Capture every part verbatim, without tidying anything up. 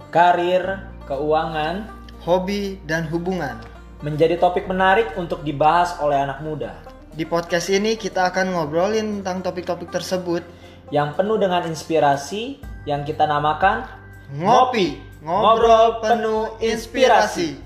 karir, keuangan, hobi, dan hubungan menjadi topik menarik untuk dibahas oleh anak muda. Di podcast ini kita akan ngobrolin tentang topik-topik tersebut yang penuh dengan inspirasi yang kita namakan Ngopi, ngobrol penuh inspirasi.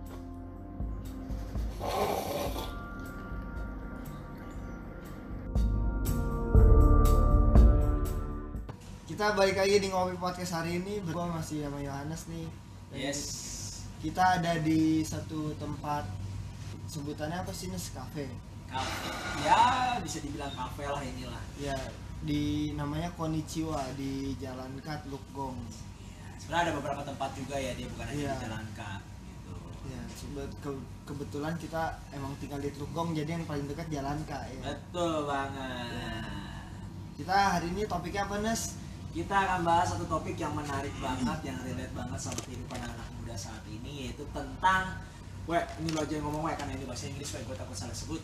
Kita balik lagi di Ngopi Podcast hari ini. Gua masih sama Yohanes nih. Yes. Kita ada di satu tempat, sebutannya apa sih, Nescafe? Kafe. Ya, bisa dibilang kafe lah inilah. Ya, di namanya Konnichiwa di Jalan Kat Lukgong. Ya, sebenarnya ada beberapa tempat juga ya, dia bukan hanya Ya. di Jalan Kat gitu. Ya, sebe- ke- kebetulan kita emang tinggal di Lukgong, jadi yang paling dekat Jalan K ya. Betul banget. Ya. Kita hari ini topiknya apa, Nes? Kita akan bahas satu topik yang menarik banget, yang relate banget sama kehidupan anak muda saat ini, yaitu tentang Weh, ini lo aja yang ngomong weh, karena ini bahasa Inggris, weh, gue takut salah sebut.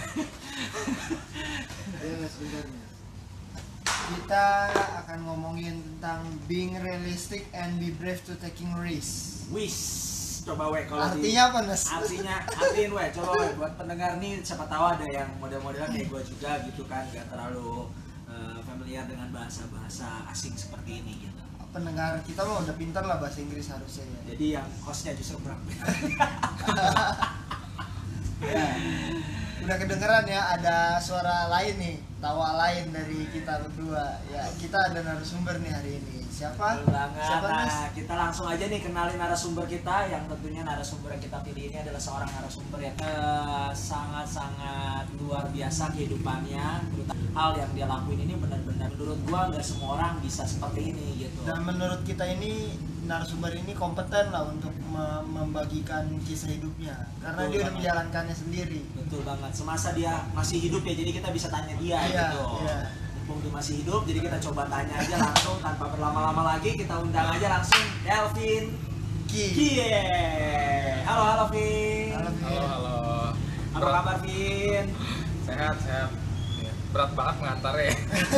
Ya, sebenarnya kita akan ngomongin tentang being realistic and be brave to taking risk. Wis, coba weh kalau di Artinya apa, Nes? artinya artiin weh, coba weh buat pendengar nih, siapa tahu ada yang model-modelan kayak gue juga gitu kan, gak terlalu uh, familiar dengan bahasa-bahasa asing seperti ini gitu. Pendengar kita mah udah pintar lah bahasa Inggris harusnya ya. Jadi yang hostnya justru berat. Ya. Udah kedengeran ya, ada suara lain nih, tawa lain dari kita berdua. Ya, kita ada narasumber nih hari ini. Siapa? Banget. Siapa, Nes? Nah, kita langsung aja nih kenalin narasumber kita, yang tentunya narasumber yang kita pilih ini adalah seorang narasumber yang eh, sangat-sangat luar biasa kehidupannya. Terutama hal yang dia lakuin ini benar-benar menurut gua nggak semua orang bisa seperti ini gitu. Dan menurut kita ini narasumber ini kompeten lah untuk me- membagikan kisah hidupnya, karena Betul dia udah banget. menjalankannya sendiri. Betul banget. Semasa dia masih hidup ya, jadi kita bisa tanya dia Iya, gitu. iya. Mumpung dia masih hidup, jadi kita coba tanya aja langsung tanpa berlama-lama lagi. Kita undang aja langsung Delvin Ki. Kie. Halo, halo Vin. Halo, Vin. Halo, halo. Apa Berat- kabar Vin? Sehat, sehat. Ya, berat banget mengantarnya.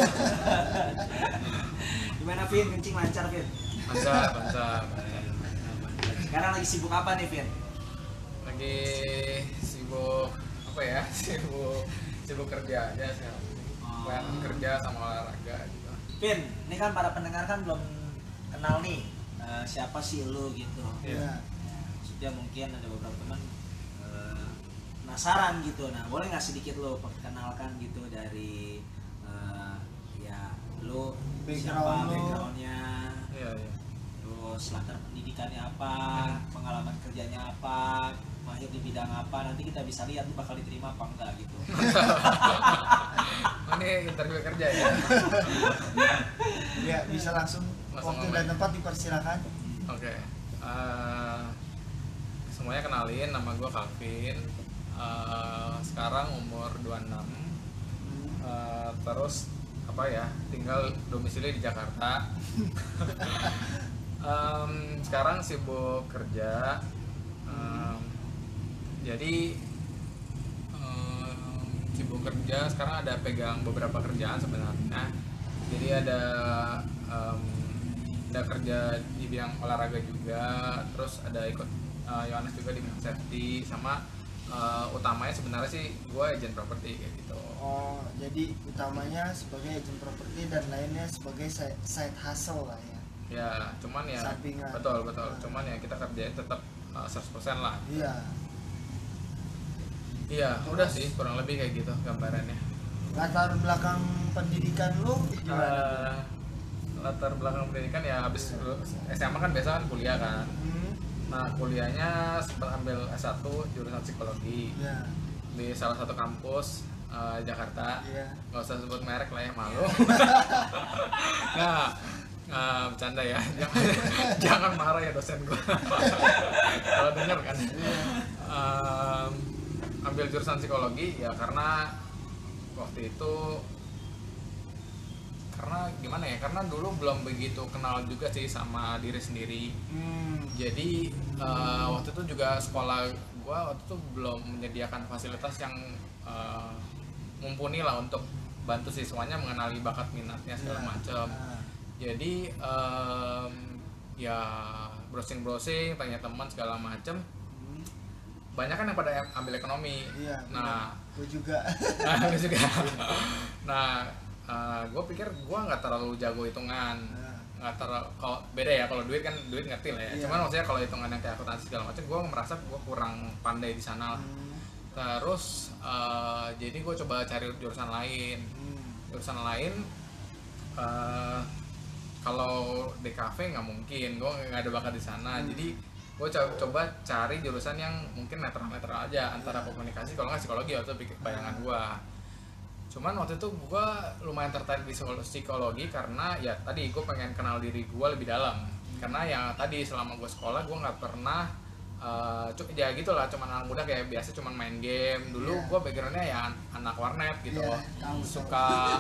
Gimana Vin? Kencing lancar Vin? Lancar, lancar. Sekarang lagi sibuk apa nih Vin? Lagi sibuk apa ya? Sibuk sibuk kerja aja sekarang. Oh. Plan kerja sama olahraga gitu. Vin, ini kan para pendengar kan belum kenal nih eh, siapa sih lu gitu. Iya. Ya, maksudnya mungkin ada beberapa teman eh, penasaran gitu. Nah, boleh nggak sedikit lo perkenalkan gitu dari eh, ya lo Background siapa, lo. backgroundnya, Iya, iya. terus latar pendidikannya apa, pengalaman kerjanya apa, mahir di bidang apa. Nanti kita bisa lihat lu bakal diterima apa enggak gitu. Oh, ini interview kerja ya. Ya, bisa langsung, Langsung waktu ngomong. dan tempat dipersilakan. Oke. Eh, semuanya kenalin, nama gue Calvin. Eh, sekarang umur dua puluh enam. Eh, terus apa ya, tinggal domisili di Jakarta. Em, sekarang sibuk kerja. Em, jadi em, sibuk kerja sekarang, ada pegang beberapa kerjaan sebenarnya. Jadi ada em, ada kerja di bidang olahraga juga, terus ada ikut eh, Yohanes juga di bidang safety, sama eh, utamanya sebenarnya sih gue agent properti kayak gitu. Oh, jadi utamanya sebagai agent properti dan lainnya sebagai side, side hustle lah ya. Ya, cuman ya Sampingan. betul betul. Cuman ya kita kerjain tetap uh, seratus persen lah. Iya. Iya, udah sih kurang lebih kayak gitu gambarannya. Latar belakang pendidikan lu gimana? Uh, latar belakang pendidikan ya habis S M A kan biasa kan kuliah kan. Hmm, Nah, kuliahnya sempat ambil S satu jurusan psikologi ya, di salah satu kampus uh, Jakarta. iya. Nggak usah sebut merek lah ya, malu. Nah, uh, bercanda ya, jangan, jangan marah ya dosen gue kalau denger kan. Um, ambil jurusan psikologi ya karena waktu itu, karena gimana ya, karena dulu belum begitu kenal juga sih sama diri sendiri. Hmm, Jadi uh, waktu itu juga sekolah gua waktu itu belum menyediakan fasilitas yang uh, mumpuni lah untuk bantu siswanya mengenali bakat minatnya segala iya. macam. Ah, Jadi um, ya browsing-browsing, tanya teman segala macem. Hmm. Banyak kan yang pada ambil ekonomi. Iya. Nah, gue juga. nah gue juga. Nah, uh, gue pikir gue nggak terlalu jago hitungan. Nah. Nggak terlalu, kalau beda ya, kalau duit kan duit ngerti lah ya. Iya. Cuman maksudnya kalau hitungan yang kayak akuntansi segala macam, gue merasa gue kurang pandai di sana lah. Hmm. Terus uh, jadi gue coba cari jurusan lain. Hmm. Jurusan lain. Uh, kalau D K V nggak mungkin, gue nggak ada bakat di sana. Hmm. Jadi gue co- coba cari jurusan yang mungkin netral-netral aja antara yeah. komunikasi, kalau nggak psikologi atau bayangan gue. Cuman waktu itu gue lumayan tertarik di psikologi karena ya tadi gue pengen kenal diri gue lebih dalam. Hmm. Karena ya tadi selama gue sekolah gue nggak pernah Uh, ya gitu lah, cuman anak muda kayak biasa cuman main game. Dulu yeah. gue backgroundnya ya anak warnet gitu, yeah, suka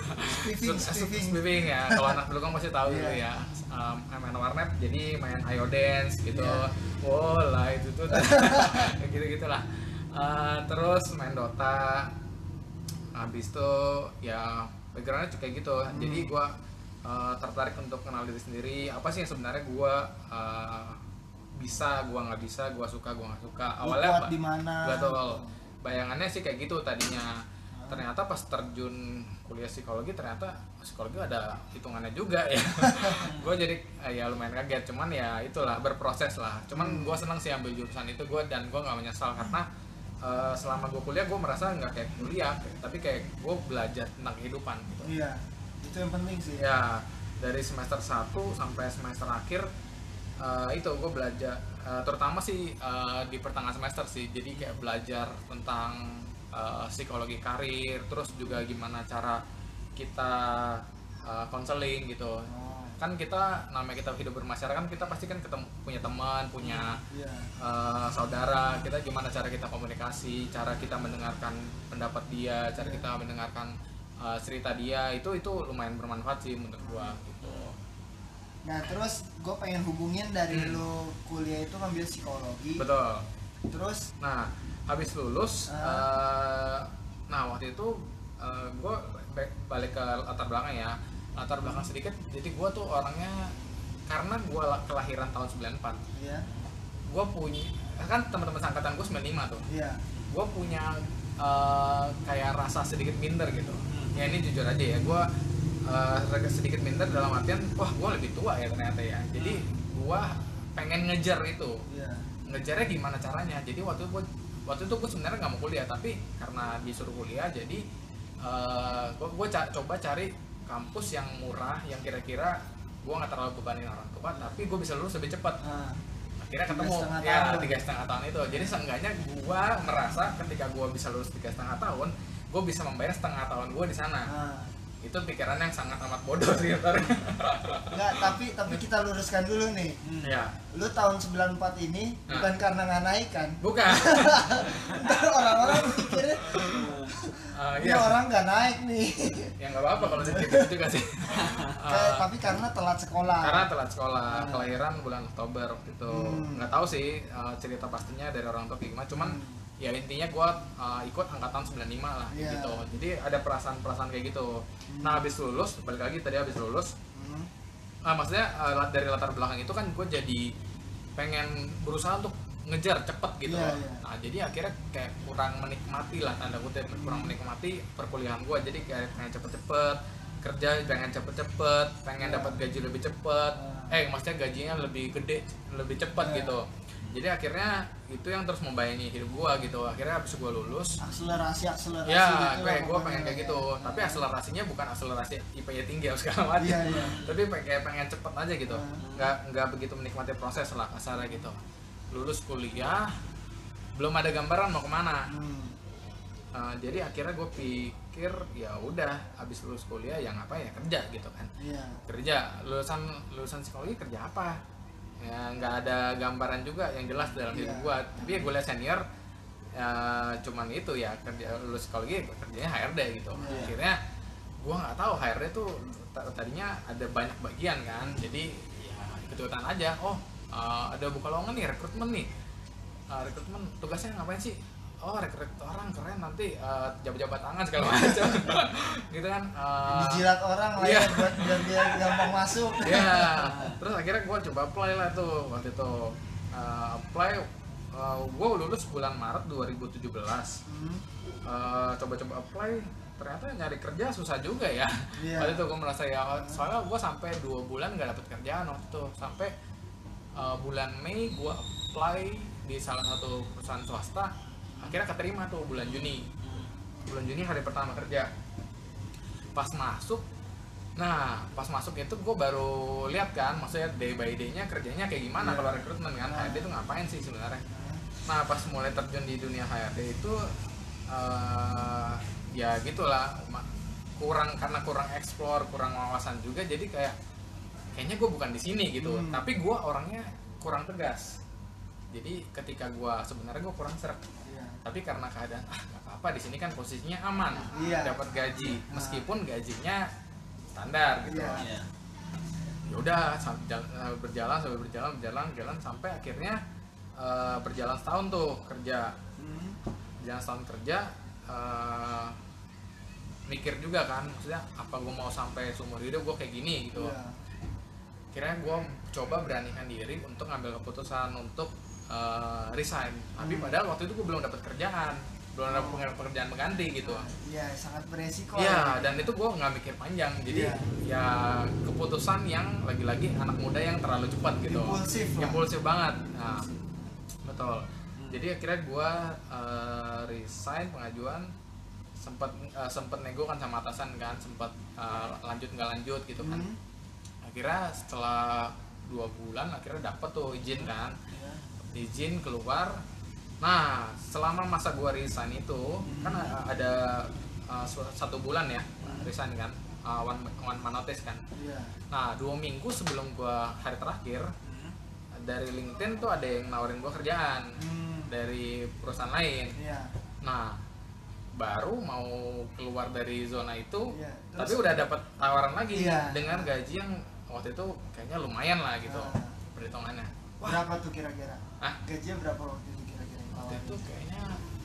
spiffing ya. Kalau anak dulu kan masih tahu yeah. dulu ya, um, main warnet jadi main Ayo Dance gitu, yeah. oh lah itu tuh gitu gitulah. Uh, terus main Dota, habis itu ya backgroundnya kayak gitu. Hmm. Jadi gue uh, tertarik untuk kenal diri sendiri. Apa sih yang sebenarnya gue uh, bisa, gua nggak bisa, gua suka, gua nggak suka. Awalnya kuat di mana? Betul. Bayangannya sih kayak gitu tadinya. Hmm. Ternyata pas terjun kuliah psikologi, ternyata psikologi ada hitungannya juga ya. Gua jadi ya lumayan kaget. Cuman ya itulah, berproses lah. Cuman gua senang sih ambil jurusan itu gua, dan gua nggak menyesal karena uh, selama gua kuliah gua merasa nggak kayak kuliah, tapi kayak gua belajar tentang kehidupan gitu. Iya, itu yang penting sih. Ya, dari semester satu sampai semester akhir. Uh, itu gue belajar uh, terutama sih uh, di pertengahan semester sih, jadi kayak belajar tentang uh, psikologi karir, terus juga gimana cara kita konseling uh, gitu. Oh. Kan kita namanya kita hidup bermasyarakat, kita pasti kan ketemu, punya teman, punya yeah. uh, saudara, kita gimana cara kita komunikasi, cara kita mendengarkan pendapat dia, cara yeah. kita mendengarkan uh, cerita dia, itu itu lumayan bermanfaat sih menurut gue gitu. Nah terus gue pengen hubungin dari hmm. lu kuliah itu ngambil psikologi. Betul. Terus? Nah habis lulus, uh. Uh, nah waktu itu uh, gue balik ke latar belakang ya, latar belakang sedikit. Jadi gue tuh orangnya, karena gue kelahiran tahun sembilan puluh empat. Iya. Yeah. Gue punya, kan teman-teman angkatan gue sembilan puluh lima tuh. Iya. Yeah. Gue punya uh, kayak rasa sedikit minder gitu. Hmm. Ya ini jujur aja ya, gue Uh, sedikit minder dalam artian wah gue lebih tua ya ternyata ya, jadi gue pengen ngejar itu. Yeah. Ngejarnya gimana caranya, jadi waktu itu gue waktu itu gue sebenarnya nggak mau kuliah, tapi karena disuruh kuliah jadi uh, gue gue ca- coba cari kampus yang murah, yang kira-kira gue nggak terlalu bebanin orang tua, tapi gue bisa lulus lebih cepat. Uh. Akhirnya ketemu ya tiga setengah tahun itu, jadi seenggaknya gue merasa ketika gue bisa lulus tiga setengah tahun, gue bisa membayar setengah tahun gue di sana. Uh. Itu pikiran yang sangat amat bodoh sih ntar. Enggak, tapi tapi kita luruskan dulu nih. Hmm. Ya. Lu tahun sembilan puluh empat ini nah. bukan karena nggak naik kan? Bukan. Ntar orang-orang mikirnya uh, ini iya. orang nggak naik nih. Ya nggak apa-apa kalau gitu juga sih. uh, tapi karena telat sekolah. Karena telat sekolah, hmm. kelahiran bulan Oktober waktu itu. Hmm. Nggak tahu sih uh, cerita pastinya dari orang tua gimana, cuman hmm. ya intinya gue uh, ikut angkatan sembilan puluh lima lah yeah. gitu, jadi ada perasaan-perasaan kayak gitu. hmm. Nah habis lulus, balik lagi tadi habis lulus hmm. uh, maksudnya uh, dari latar belakang itu kan gue jadi pengen berusaha untuk ngejar cepet gitu. yeah, yeah. Nah jadi akhirnya kayak kurang menikmati lah, tanda kutip hmm. kurang menikmati perkuliahan gue, jadi kayak pengen cepet-cepet kerja, pengen cepet-cepet, pengen yeah. dapat gaji lebih cepet, yeah. eh maksudnya gajinya lebih gede, lebih cepet yeah. gitu. Jadi akhirnya itu yang terus membayangi hidup gua gitu. Akhirnya habis gua lulus, akselerasi akselerasi ya gitu kayak gua pengen kayak gitu. Ya. Tapi akselerasinya bukan akselerasi I P-nya tinggi atau segala macam. Ya, ya. Tapi kayak pengen cepet aja gitu. Hmm. Nggak nggak begitu menikmati proses lah kasarnya gitu. Lulus kuliah belum ada gambaran mau kemana. Hmm. Uh, jadi akhirnya gue pikir ya udah habis lulus kuliah ya ngapain ya, kerja gitu kan. Ya. Kerja, lulusan lulusan psikologi kerja apa? Ya nggak ada gambaran juga yang jelas dalam hidup yeah. gue. Tapi ya gue lihat senior ya, cuman itu ya kerja lulus psikologi kerjanya H R D gitu. Yeah. Akhirnya gue nggak tahu H R D tuh tadinya ada banyak bagian kan, jadi ya ikut-ikutan aja. Oh uh, ada buka lowongan nih, rekrutmen nih, uh, rekrutmen tugasnya ngapain sih? oh rekrut orang keren nanti uh, jabat-jabat tangan segala macam gitu kan uh, dijilat orang lah iya. ya buat biar dia gampang masuk. Iya. Terus akhirnya gue coba apply lah tuh waktu itu uh, apply uh, gue lulus bulan Maret dua ribu tujuh belas. Hmm. Uh, coba-coba apply ternyata nyari kerja susah juga ya. Iya. Waktu itu gue merasa ya soalnya gue sampai dua bulan nggak dapet kerjaan waktu itu sampai uh, bulan Mei gue apply di salah satu perusahaan swasta akhirnya keterima tuh bulan Juni. Bulan Juni hari pertama kerja. Pas masuk, nah pas masuk itu gue baru lihat kan, maksudnya day by day-nya kerjanya kayak gimana Yeah. kalau rekrutmen kan, H R D itu ngapain sih sebenarnya. Nah pas mulai terjun di dunia H R D itu uh, ya gitulah, kurang karena kurang explore, kurang wawasan juga, jadi kayak kayaknya gue bukan di sini gitu. Hmm. Tapi gue orangnya kurang tegas. Jadi ketika gue sebenarnya gue kurang seret. Iya. Tapi karena keadaan ah nggak apa-apa di sini kan posisinya aman, Iya. dapat gaji Nah. meskipun gajinya standar gitu. Iya. Iya. Ya udah sam- jal- eh, berjalan sampai berjalan berjalan berjalan sampai akhirnya eh, berjalan setahun tuh kerja. Hmm. Berjalan setahun kerja eh, mikir juga kan, maksudnya apa gue mau sampai seumur hidup gue kayak gini gitu. Iya. Akhirnya gue coba beranikan diri untuk ngambil keputusan untuk uh, resign. Tapi Hmm. padahal waktu itu gue belum dapat kerjaan, belum dapat Oh. pekerjaan mengganti gitu. Iya, sangat beresiko. Iya, dan itu gue nggak mikir panjang. Jadi Iya. ya keputusan yang lagi-lagi anak muda yang terlalu cepat gitu. Impulsif lah. Impulsif banget. Nah, betul. Hmm. Jadi akhirnya gue uh, resign pengajuan, sempat uh, sempat nego kan sama atasan kan, sempat uh, lanjut nggak lanjut gitu kan. Hmm. Akhirnya setelah dua bulan akhirnya dapet tuh izin kan, Iya. izin keluar. Nah selama masa gua resign itu Hmm. kan ada uh, su- satu bulan ya resign kan, uh, one, one man notice kan. Iya. Nah dua minggu sebelum gua hari terakhir Hmm. dari LinkedIn tuh ada yang nawarin gua kerjaan Hmm. dari perusahaan lain. Iya. Nah baru mau keluar dari zona itu, Iya. tapi Terus- udah dapat tawaran lagi Iya. dengan gaji yang waktu itu kayaknya lumayan lah gitu Ah. perhitungannya. Berapa tuh kira-kira? Hah? Gajinya berapa waktu itu kira-kira? Waktu itu kayaknya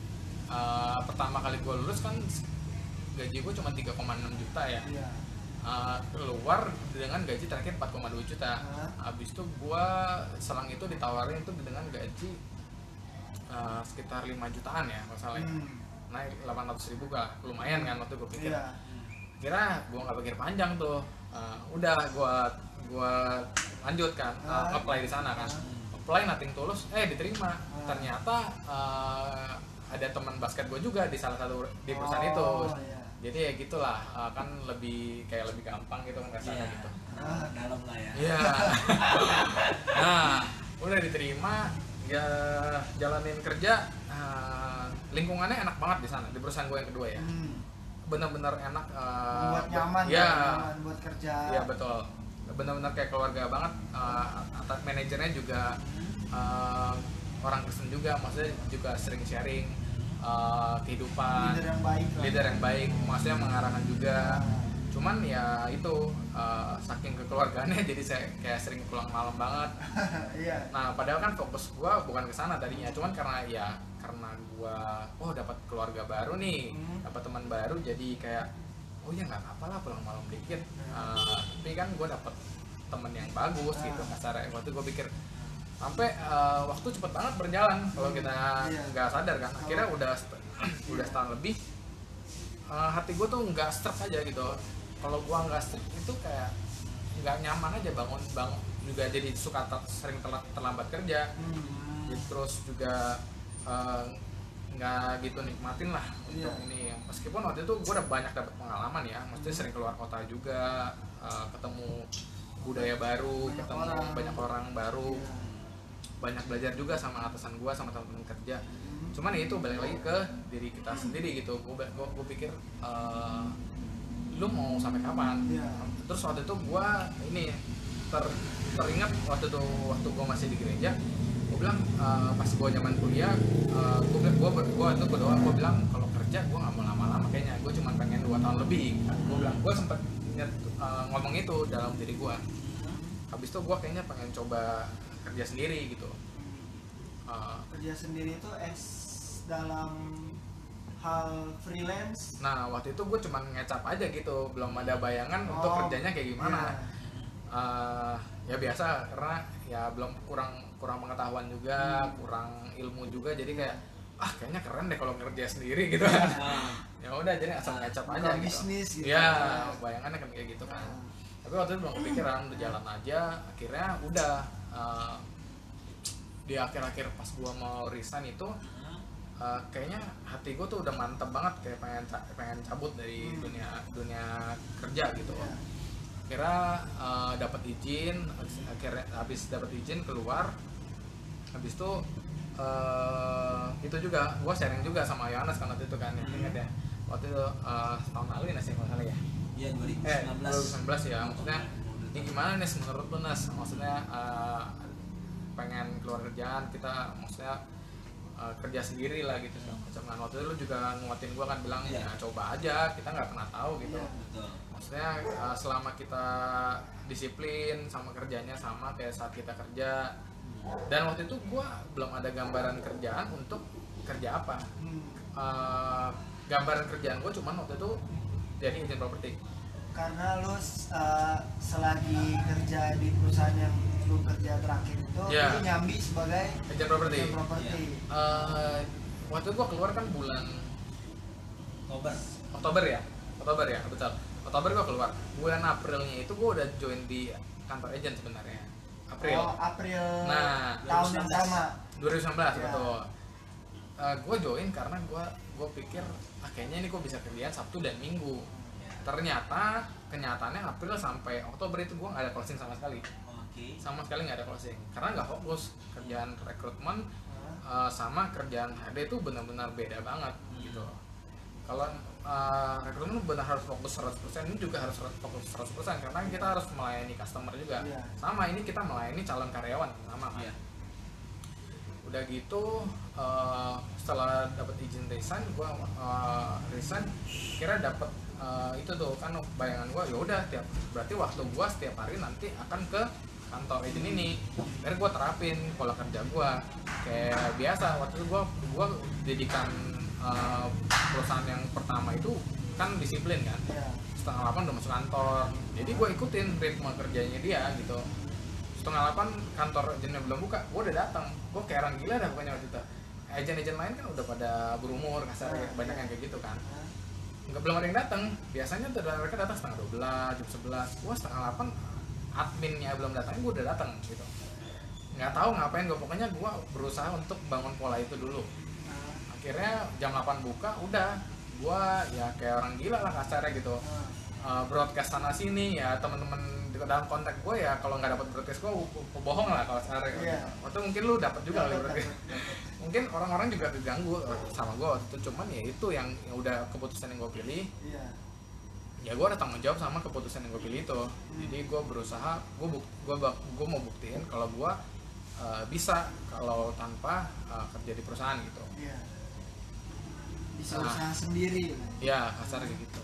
uh, pertama kali gue lulus kan gaji gue cuma tiga koma enam juta ya. Iya. Uh, keluar dengan gaji terakhir empat koma dua juta. Ah. Habis itu gue selang itu ditawarin itu dengan gaji uh, sekitar lima jutaan ya masalah. Hmm. Naik delapan ratus ribu lah, lumayan kan waktu gue pikir. Iya. Kira gue nggak pikir panjang tuh. Uh, udah gue gua lanjut kan, uh, Ah. apply di sana kan. Ah. Apply nothing tulus, eh diterima. Ah. Ternyata uh, ada teman basket gue juga di salah satu di perusahaan itu. Oh, iya. Jadi ya gitulah, uh, kan lebih kayak lebih gampang gitu kan rasanya Iya. gitu. Nah, dalam lah ya. Iya. Nah, udah diterima, ya jalanin kerja. Uh, lingkungannya enak banget di sana, di perusahaan gue yang kedua ya. Hmm. Benar-benar enak. Uh, Buat nyaman ya. kan, nyaman buat kerja. Iya betul. Benar-benar kayak keluarga banget. Uh, atas manajernya juga uh, orang Kristen juga, maksudnya juga sering sharing uh, kehidupan. Leader yang baik lah. Leader yang baik, maksudnya mengarahkan juga. Nah. Cuman ya itu uh, saking kekeluargaannya jadi saya kayak sering pulang malam banget. Iya. Nah padahal kan fokus gua bukan ke sana tadinya, cuman karena ya karena gua oh dapat keluarga baru nih, Hmm. dapat teman baru, jadi kayak oh ya nggak apa-apa lah pulang malam dikit. Uh, tapi kan gua dapat temen yang bagus gitu Ah. kasarnya. Waktu gua pikir sampai uh, waktu cepet banget berjalan kalau kita Iya. nggak sadar kan. Akhirnya udah set- udah setahun lebih, uh, hati gua tuh nggak struck aja gitu. Kalau gua nggak struck itu kayak nggak nyaman aja, bangun bangun juga jadi suka ter- sering telat terlambat kerja. Hmm. Gitu, terus juga eh, nggak gitu nikmatin lah Iya. untuk ini. Meskipun waktu itu gue udah banyak dapat pengalaman ya, maksudnya sering keluar kota juga, eh, ketemu budaya baru, Banyak ketemu orang. banyak orang baru, Iya. banyak belajar juga sama atasan gue, sama teman-teman kerja. Hmm. Cuman ya itu balik lagi ke diri kita sendiri gitu. Gue gue pikir eh, lu mau sampai kapan? Iya. Terus waktu itu gue ini ter, teringat waktu itu waktu gue masih di gereja, gue bilang uh, pas gue zaman kuliah, uh, gue gue gue itu berdoa, gue bilang kalau kerja gue nggak mau lama-lama kayaknya, gue cuma pengen dua tahun lebih. Gue bilang gue sempet nyet- uh, ngomong itu dalam diri gue. Habis itu gue kayaknya pengen coba kerja sendiri gitu. Uh, Kerja sendiri itu S dalam hal freelance? Nah waktu itu gue cuma ngecap aja gitu, belum ada bayangan Oh, untuk kerjanya kayak gimana. iya. Uh, ya biasa karena ya belum kurang kurang pengetahuan juga, Hmm. kurang ilmu juga, jadi kayak ah kayaknya keren deh kalau kerja sendiri gitu kan. Ya udah jadi asal ngecap aja Bukan gitu. bisnis gitu. Ya bayangannya kan kayak gitu kan. Hmm. Tapi waktu itu belum kepikiran, udah jalan aja. Akhirnya udah uh, di akhir-akhir pas gua mau resign itu uh, kayaknya hati gua tuh udah mantep banget, kayak pengen ca- pengen cabut dari Hmm. dunia dunia kerja gitu. Iya. Kira uh, dapat izin, akhirnya habis dapat izin keluar, habis itu uh, itu juga gue sharing juga sama Yohanes kan waktu itu kan, Hmm. ingat ya waktu itu uh, tahun lalu ini sih kalau salah ya, Iya dua ribu eh sembilan dua belas. ribu sembilan belas ya, maksudnya ini gimana nih menurut lu Nas, maksudnya uh, pengen keluar kerjaan kita, maksudnya uh, kerja sendiri lah gitu segala macam kan. Waktu itu lu juga nguatin gue kan, bilang Iya. ya coba aja, kita nggak pernah tahu gitu. Iya. Betul. Maksudnya uh, selama kita disiplin sama kerjanya sama kayak saat kita kerja. Dan waktu itu gue belum ada gambaran kerjaan untuk kerja apa. Hmm. Uh, gambaran kerjaan gue cuman waktu itu jadi agent properti. Karena lu uh, selagi kerja di perusahaan yang lu kerja terakhir itu, Iya. lu nyambi sebagai Agent properti. agent properti. Uh, waktu itu gue keluar kan bulan Oktober. Oktober ya, Oktober ya betul. Oktober gue keluar. Bulan Aprilnya itu gue udah join di kantor agent sebenarnya. April. Oh, April Nah, tahun yang sama. dua ribu sembilan belas Ya. betul. Uh, gue join karena gue gue pikir ah, kayaknya ini gue bisa kerjaan Sabtu dan Minggu. Ternyata kenyataannya April sampai Oktober itu gue nggak ada closing sama sekali, Oke. sama sekali nggak ada closing karena nggak fokus. Kerjaan rekrutmen uh, sama kerjaan H D itu benar-benar beda banget gitu. Kalau uh, rekrutmen benar harus fokus seratus persen, ini juga harus fokus seratus persen karena kita harus melayani customer juga. Iya. Sama ini kita melayani calon karyawan sama kan. Iya. Udah gitu uh, setelah dapat izin resign, gue uh, resign kira dapat uh, itu tuh kan bayangan gue ya udah tiap berarti waktu gue setiap hari nanti akan ke kantor agent ini. Dari gue terapin pola kerja gue kayak biasa. Waktu itu gue gue didikan uh, perusahaan yang pertama itu kan disiplin kan, Iya. setengah delapan udah masuk kantor, jadi gue ikutin ritme kerjanya dia gitu. Setengah delapan kantor agennya belum buka, gue udah datang. Gue kayak orang gila dah pokoknya waktu itu. Agen-agen lain kan udah pada berumur, kasarnya banyak yang kayak gitu kan. Nggak, belum ada yang datang. Biasanya tuh mereka datang setengah dua belas, jam sebelas. Gue setengah delapan, adminnya belum datang, gue udah datang gitu. Nggak tahu ngapain gue, pokoknya gue berusaha untuk bangun pola itu dulu. Akhirnya jam delapan buka, udah gue ya kayak orang gila lah kasarnya gitu. Uh, broadcast sana sini ya, teman-teman di dalam kontak gue ya kalau nggak dapat broadcast gue bohong lah kalau sekarang. Iya. Waktu mungkin lu dapat juga kali Dapat, broadcast. dapat. Mungkin orang-orang juga keganggu sama gue waktu itu, cuman ya itu yang, yang udah keputusan yang gue pilih. Iya. Ya gue ada tanggung jawab sama keputusan yang gue pilih itu. Jadi gue berusaha, gue buk, gue gue mau buktiin kalau gue uh, bisa kalau tanpa uh, kerja di perusahaan gitu. Iya. Bisa Nah. usaha sendiri. Ya kasar kayak gitu.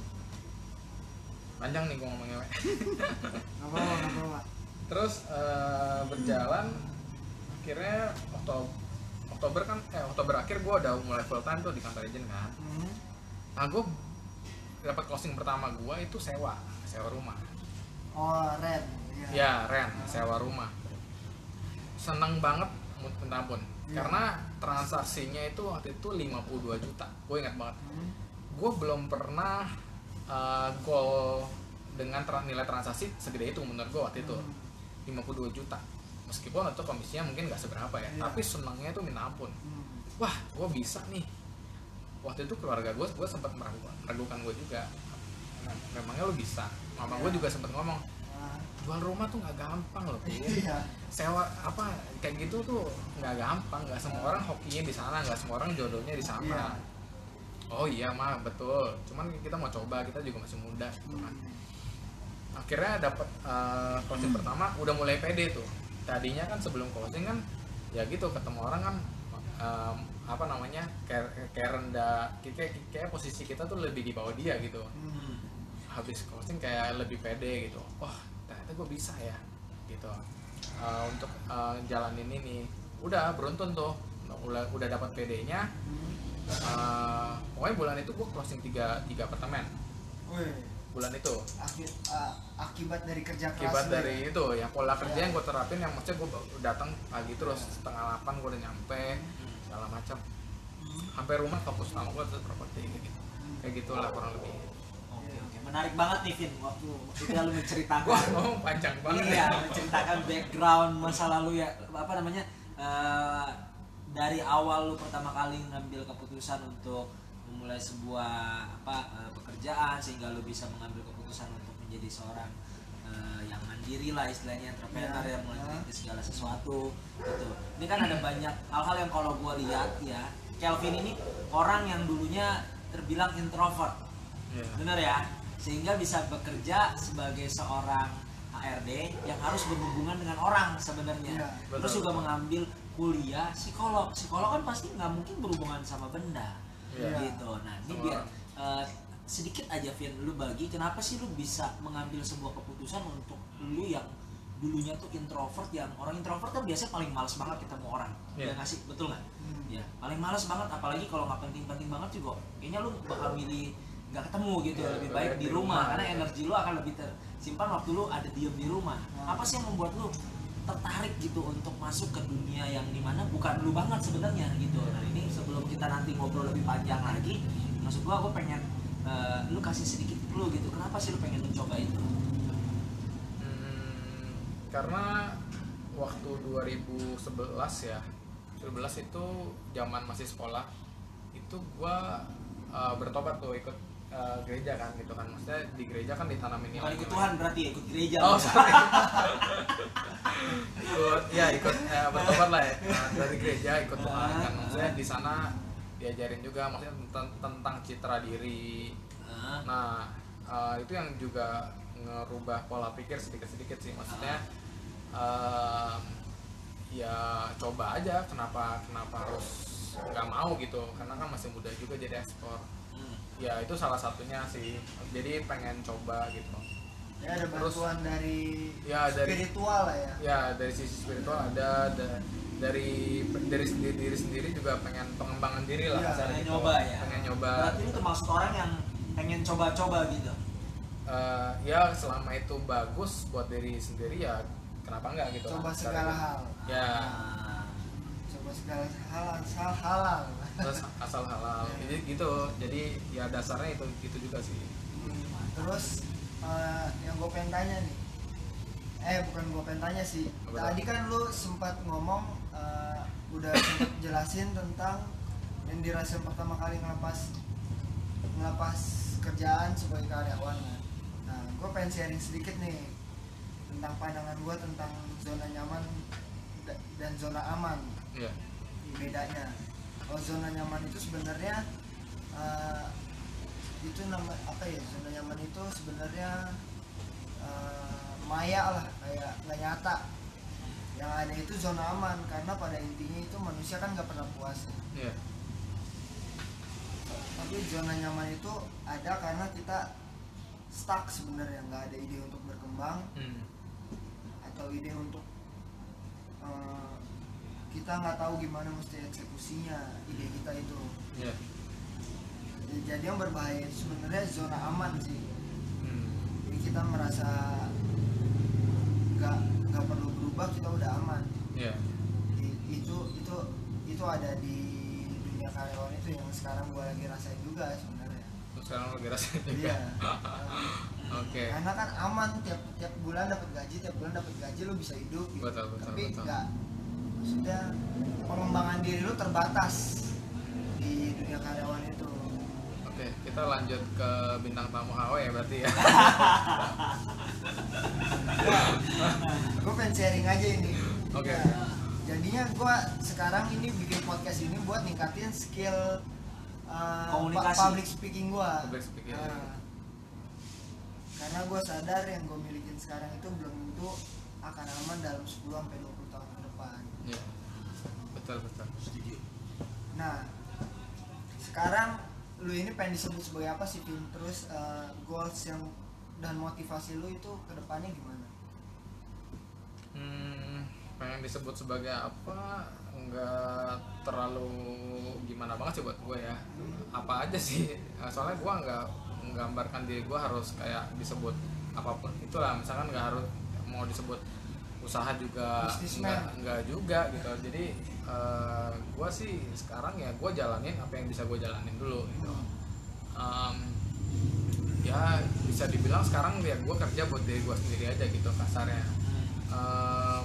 Panjang nih gue ngomongnya. Nggak apa-apa, nggak apa-apa. Terus uh, berjalan, akhirnya Oktober, Oktober kan, eh Oktober akhir gue udah mulai full time tuh di kantor agent kan. Hmm. Nah gue dapat closing pertama gue itu sewa, sewa rumah. Oh, rent. Iya. Ya rent, sewa rumah. Seneng banget, minta ampun. Iya. Karena transaksinya itu waktu itu lima puluh dua juta. Gue ingat banget. Hmm. Gue belum pernah uh, goal dengan tra- nilai transaksi segede itu menurut gue waktu itu. Hmm. lima puluh dua juta. Meskipun itu komisinya mungkin nggak seberapa ya, Iya. tapi senangnya itu minta ampun. Hmm. Wah, gue bisa nih. Waktu itu keluarga gue, gue sempat meragukan, meragukan gue juga. Nah, memangnya lu bisa? Mama gue Iya. juga sempat ngomong, Ah, jual rumah tuh nggak gampang loh, Pin. Iya. Sewa apa kayak gitu tuh nggak gampang. Nggak semua orang hokinya di sana, nggak semua orang jodohnya di sana. Iya. Oh iya mah betul. Cuman kita mau coba, kita juga masih muda. Gitu kan. Hmm. Akhirnya dapat uh, closing pertama, udah mulai pede tuh. Tadinya kan sebelum closing kan ya gitu, ketemu orang kan um, apa namanya kayak kayak rendah, kayak, kayak posisi kita tuh lebih di bawah dia gitu. Hmm. Habis closing kayak lebih pede gitu. Wah ternyata gue bisa ya gitu. Uh, untuk uh, jalanin ini udah beruntun tuh, udah udah dapat pedenya. Hmm. uh, pokoknya bulan itu gue closing tiga tiga apartemen. Wih, Bulan itu aki- uh, akibat dari kerja keras akibat lu dari ya? itu ya pola kerja Ya. yang gue terapin, yang maksudnya gue datang pagi terus Ya. setengah delapan gue udah nyampe segala macam, sampai rumah fokus sama gue tetap properti kayak gitu, kayak gitulah kurang lebih. Oke oke, menarik banget nih Vin waktu ketika lu menceritakan. Wah, ngomong panjang banget. Iya, menceritakan background masa lalu ya, apa namanya, eh, dari awal lu pertama kali ngambil keputusan untuk memulai sebuah apa eh, pekerjaan sehingga lu bisa mengambil keputusan untuk menjadi seorang eh, yang mandiri lah istilahnya, entrepreneur Ya. yang mulai merintis segala sesuatu gitu. Ini kan ada banyak hal-hal yang kalau gua lihat ya, Kelvin ini orang yang dulunya terbilang introvert, Iya. bener ya, sehingga bisa bekerja sebagai seorang H R D yang harus berhubungan dengan orang sebenarnya. Iya, Terus betul. juga mengambil kuliah psikolog. Psikolog kan pasti nggak mungkin berhubungan sama benda, Iya. gitu. Nah ini Sama biar orang. eh, sedikit aja Vin, lu bagi kenapa sih lu bisa mengambil sebuah keputusan untuk lu yang dulunya tuh introvert, yang orang introvert kan biasanya paling males banget ketemu orang, Iya. ya nggak sih, betul nggak? Hmm. Ya paling males banget, apalagi kalau nggak penting-penting banget juga kayaknya lu bakal milih nggak ketemu gitu. Iya, Lebih lebih baik baik di di rumah rumah, karena gitu. energi lu akan lebih tersimpan waktu lu ada diem di rumah. Hmm. Apa sih yang membuat lu tertarik gitu untuk masuk ke dunia yang dimana bukan lu banget sebenarnya gitu? Nah ini sebelum kita nanti ngobrol lebih panjang lagi, maksud gua gua pengen eh, lu kasih sedikit clue gitu, kenapa sih lu pengen mencoba itu? Hmm, karena waktu dua ribu sebelas ya, dua ribu sebelas itu zaman masih sekolah, itu gua uh, bertobat tuh ikut uh, gereja kan gitu kan, maksudnya di gereja kan ditanamin Bukan ikut nilai-nilai. Tuhan berarti ya, ikut gereja. Oh sorry. ikut ya ikut eh, bertobat lah ya. Nah, dari gereja ikut Tuhan kan, maksudnya di sana diajarin juga maksudnya tentang, tentang citra diri. Ah, Nah eh, itu yang juga ngerubah pola pikir sedikit-sedikit sih, maksudnya eh, ya coba aja, kenapa kenapa harus nggak mau gitu, karena kan masih muda juga jadi ekspor. hmm. Ya itu salah satunya sih, jadi pengen coba gitu. Ya ada Terus- bantuan dari Ya dari spiritual lah ya. ya dari sisi spiritual ada, da- dari dari sendiri diri sendiri juga pengen pengembangan diri lah, Iya, kasarnya pengen gitu. nyoba ya. Pengen nyoba. Berarti lu termasuk orang yang pengen coba-coba gitu. Eh, ya selama itu bagus buat diri sendiri ya kenapa enggak gitu. Coba kan. segala hal. Ya Ah, Coba segala hal, hal halal. terus asal halal. Jadi gitu. Jadi ya dasarnya itu itu juga sih. Terus eh, yang gue pengen tanya nih, eh bukan gue pengen tanya sih. Apa Tadi kan lu sempat ngomong, eh, udah sempat jelasin tentang yang dirasain pertama kali ngelepas ngelepas kerjaan sebagai karyawan. Kan? Nah, gue pengen sharing sedikit nih tentang pandangan gue tentang zona nyaman da- dan zona aman. Iya. Bedanya, kalau zona nyaman itu sebenarnya eh, itu nama apa ya, zona nyaman itu sebenarnya eh, maya lah, kayak nggak nyata. Yang ada itu zona aman, karena pada intinya itu manusia kan nggak pernah puas ya. Iya. Tapi zona nyaman itu ada karena kita stuck sebenarnya, nggak ada ide untuk berkembang Hmm. atau ide untuk eh, kita nggak tahu gimana mesti eksekusinya ide kita itu. Iya. Jadi yang berbahaya itu sebenarnya zona aman sih. Hmm. Jadi kita merasa nggak nggak perlu berubah, kita udah aman. Iya. I- itu itu itu ada di dunia karyawan itu yang sekarang gua lagi rasain juga sebenarnya. Terus sekarang lagi rasain juga. Iya. Oke. Karena kan aman, tiap tiap bulan dapat gaji, tiap bulan dapat gaji lu bisa hidup gitu. Betul, betul, Tapi betul. nggak, maksudnya pengembangan diri lu terbatas di dunia karyawan itu. Oke, kita lanjut ke bintang tamu H W ya berarti ya. Gue pengen sharing aja ini. Oke. Ya, jadinya gue sekarang ini bikin podcast ini buat ningkatin skill uh, Komunikasi. pu- public speaking gue. Public speaking. Karena gue sadar yang gue milikin sekarang itu belum tentu akan aman dalam sepuluh sampai dua puluh tahun ke depan. Iya. Betul, betul. setuju. Nah, sekarang lu ini pengen disebut sebagai apa sih, Vin? Terus uh, goals yang dan motivasi lu itu ke depannya gimana? Hmm, pengen yang disebut sebagai apa nggak terlalu gimana banget sih buat gue ya, apa aja sih, soalnya gue nggak menggambarkan diri gue harus kayak disebut apapun itulah, misalkan nggak harus mau disebut usaha juga nggak nggak juga gitu. Jadi uh, gue sih sekarang ya gue jalanin apa yang bisa gue jalanin dulu gitu. Um, ya bisa dibilang sekarang ya gue kerja buat diri gue sendiri aja gitu kasarnya. Um,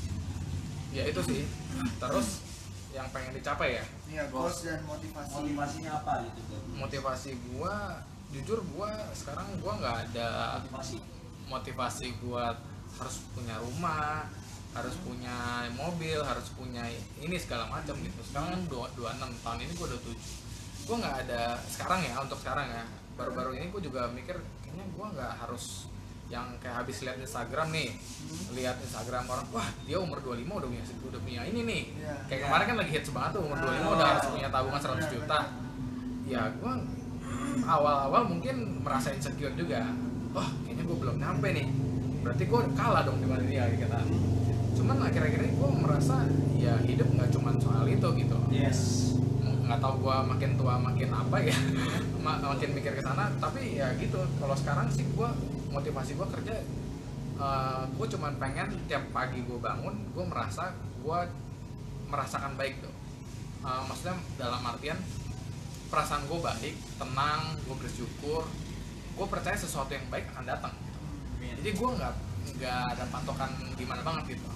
ya itu sih. Terus yang pengen dicapai ya? Iya, goals dan motivasi. Motivasinya apa gitu tuh? Motivasi gue, jujur gue sekarang gue nggak ada Motivasi. Motivasi gue harus punya rumah, harus punya mobil, harus punya ini segala macam gitu. Sekarang kan dua puluh enam tahun ini gue udah tujuh. Gue nggak ada sekarang ya, untuk sekarang ya. Baru-baru ini gue juga mikir kayaknya gue nggak harus yang kayak habis lihat Instagram nih, lihat Instagram orang, wah dia umur dua puluh lima udah punya udah punya ini nih. Iya. Kayak kemarin kan lagi hits banget tuh umur dua puluh lima udah harus punya tabungan seratus juta. Ya gue awal-awal mungkin merasa insecure juga. Wah kayaknya gue belum nyampe nih. Berarti gue kalah dong dibanding dia gitu kan. Cuman akhir-akhir ini gue merasa ya hidup nggak cuma soal itu gitu. Yes. Nggak tahu gue makin tua makin apa ya, makin mikir ke sana. Tapi ya gitu. Kalau sekarang sih gue motivasi gue kerja, uh, gue cuma pengen tiap pagi gue bangun, gue merasa gue merasakan baik tuh. Uh, maksudnya dalam artian perasaan gue baik, tenang, gue bersyukur, gue percaya sesuatu yang baik akan datang. Jadi gue nggak nggak ada patokan gimana banget gitu.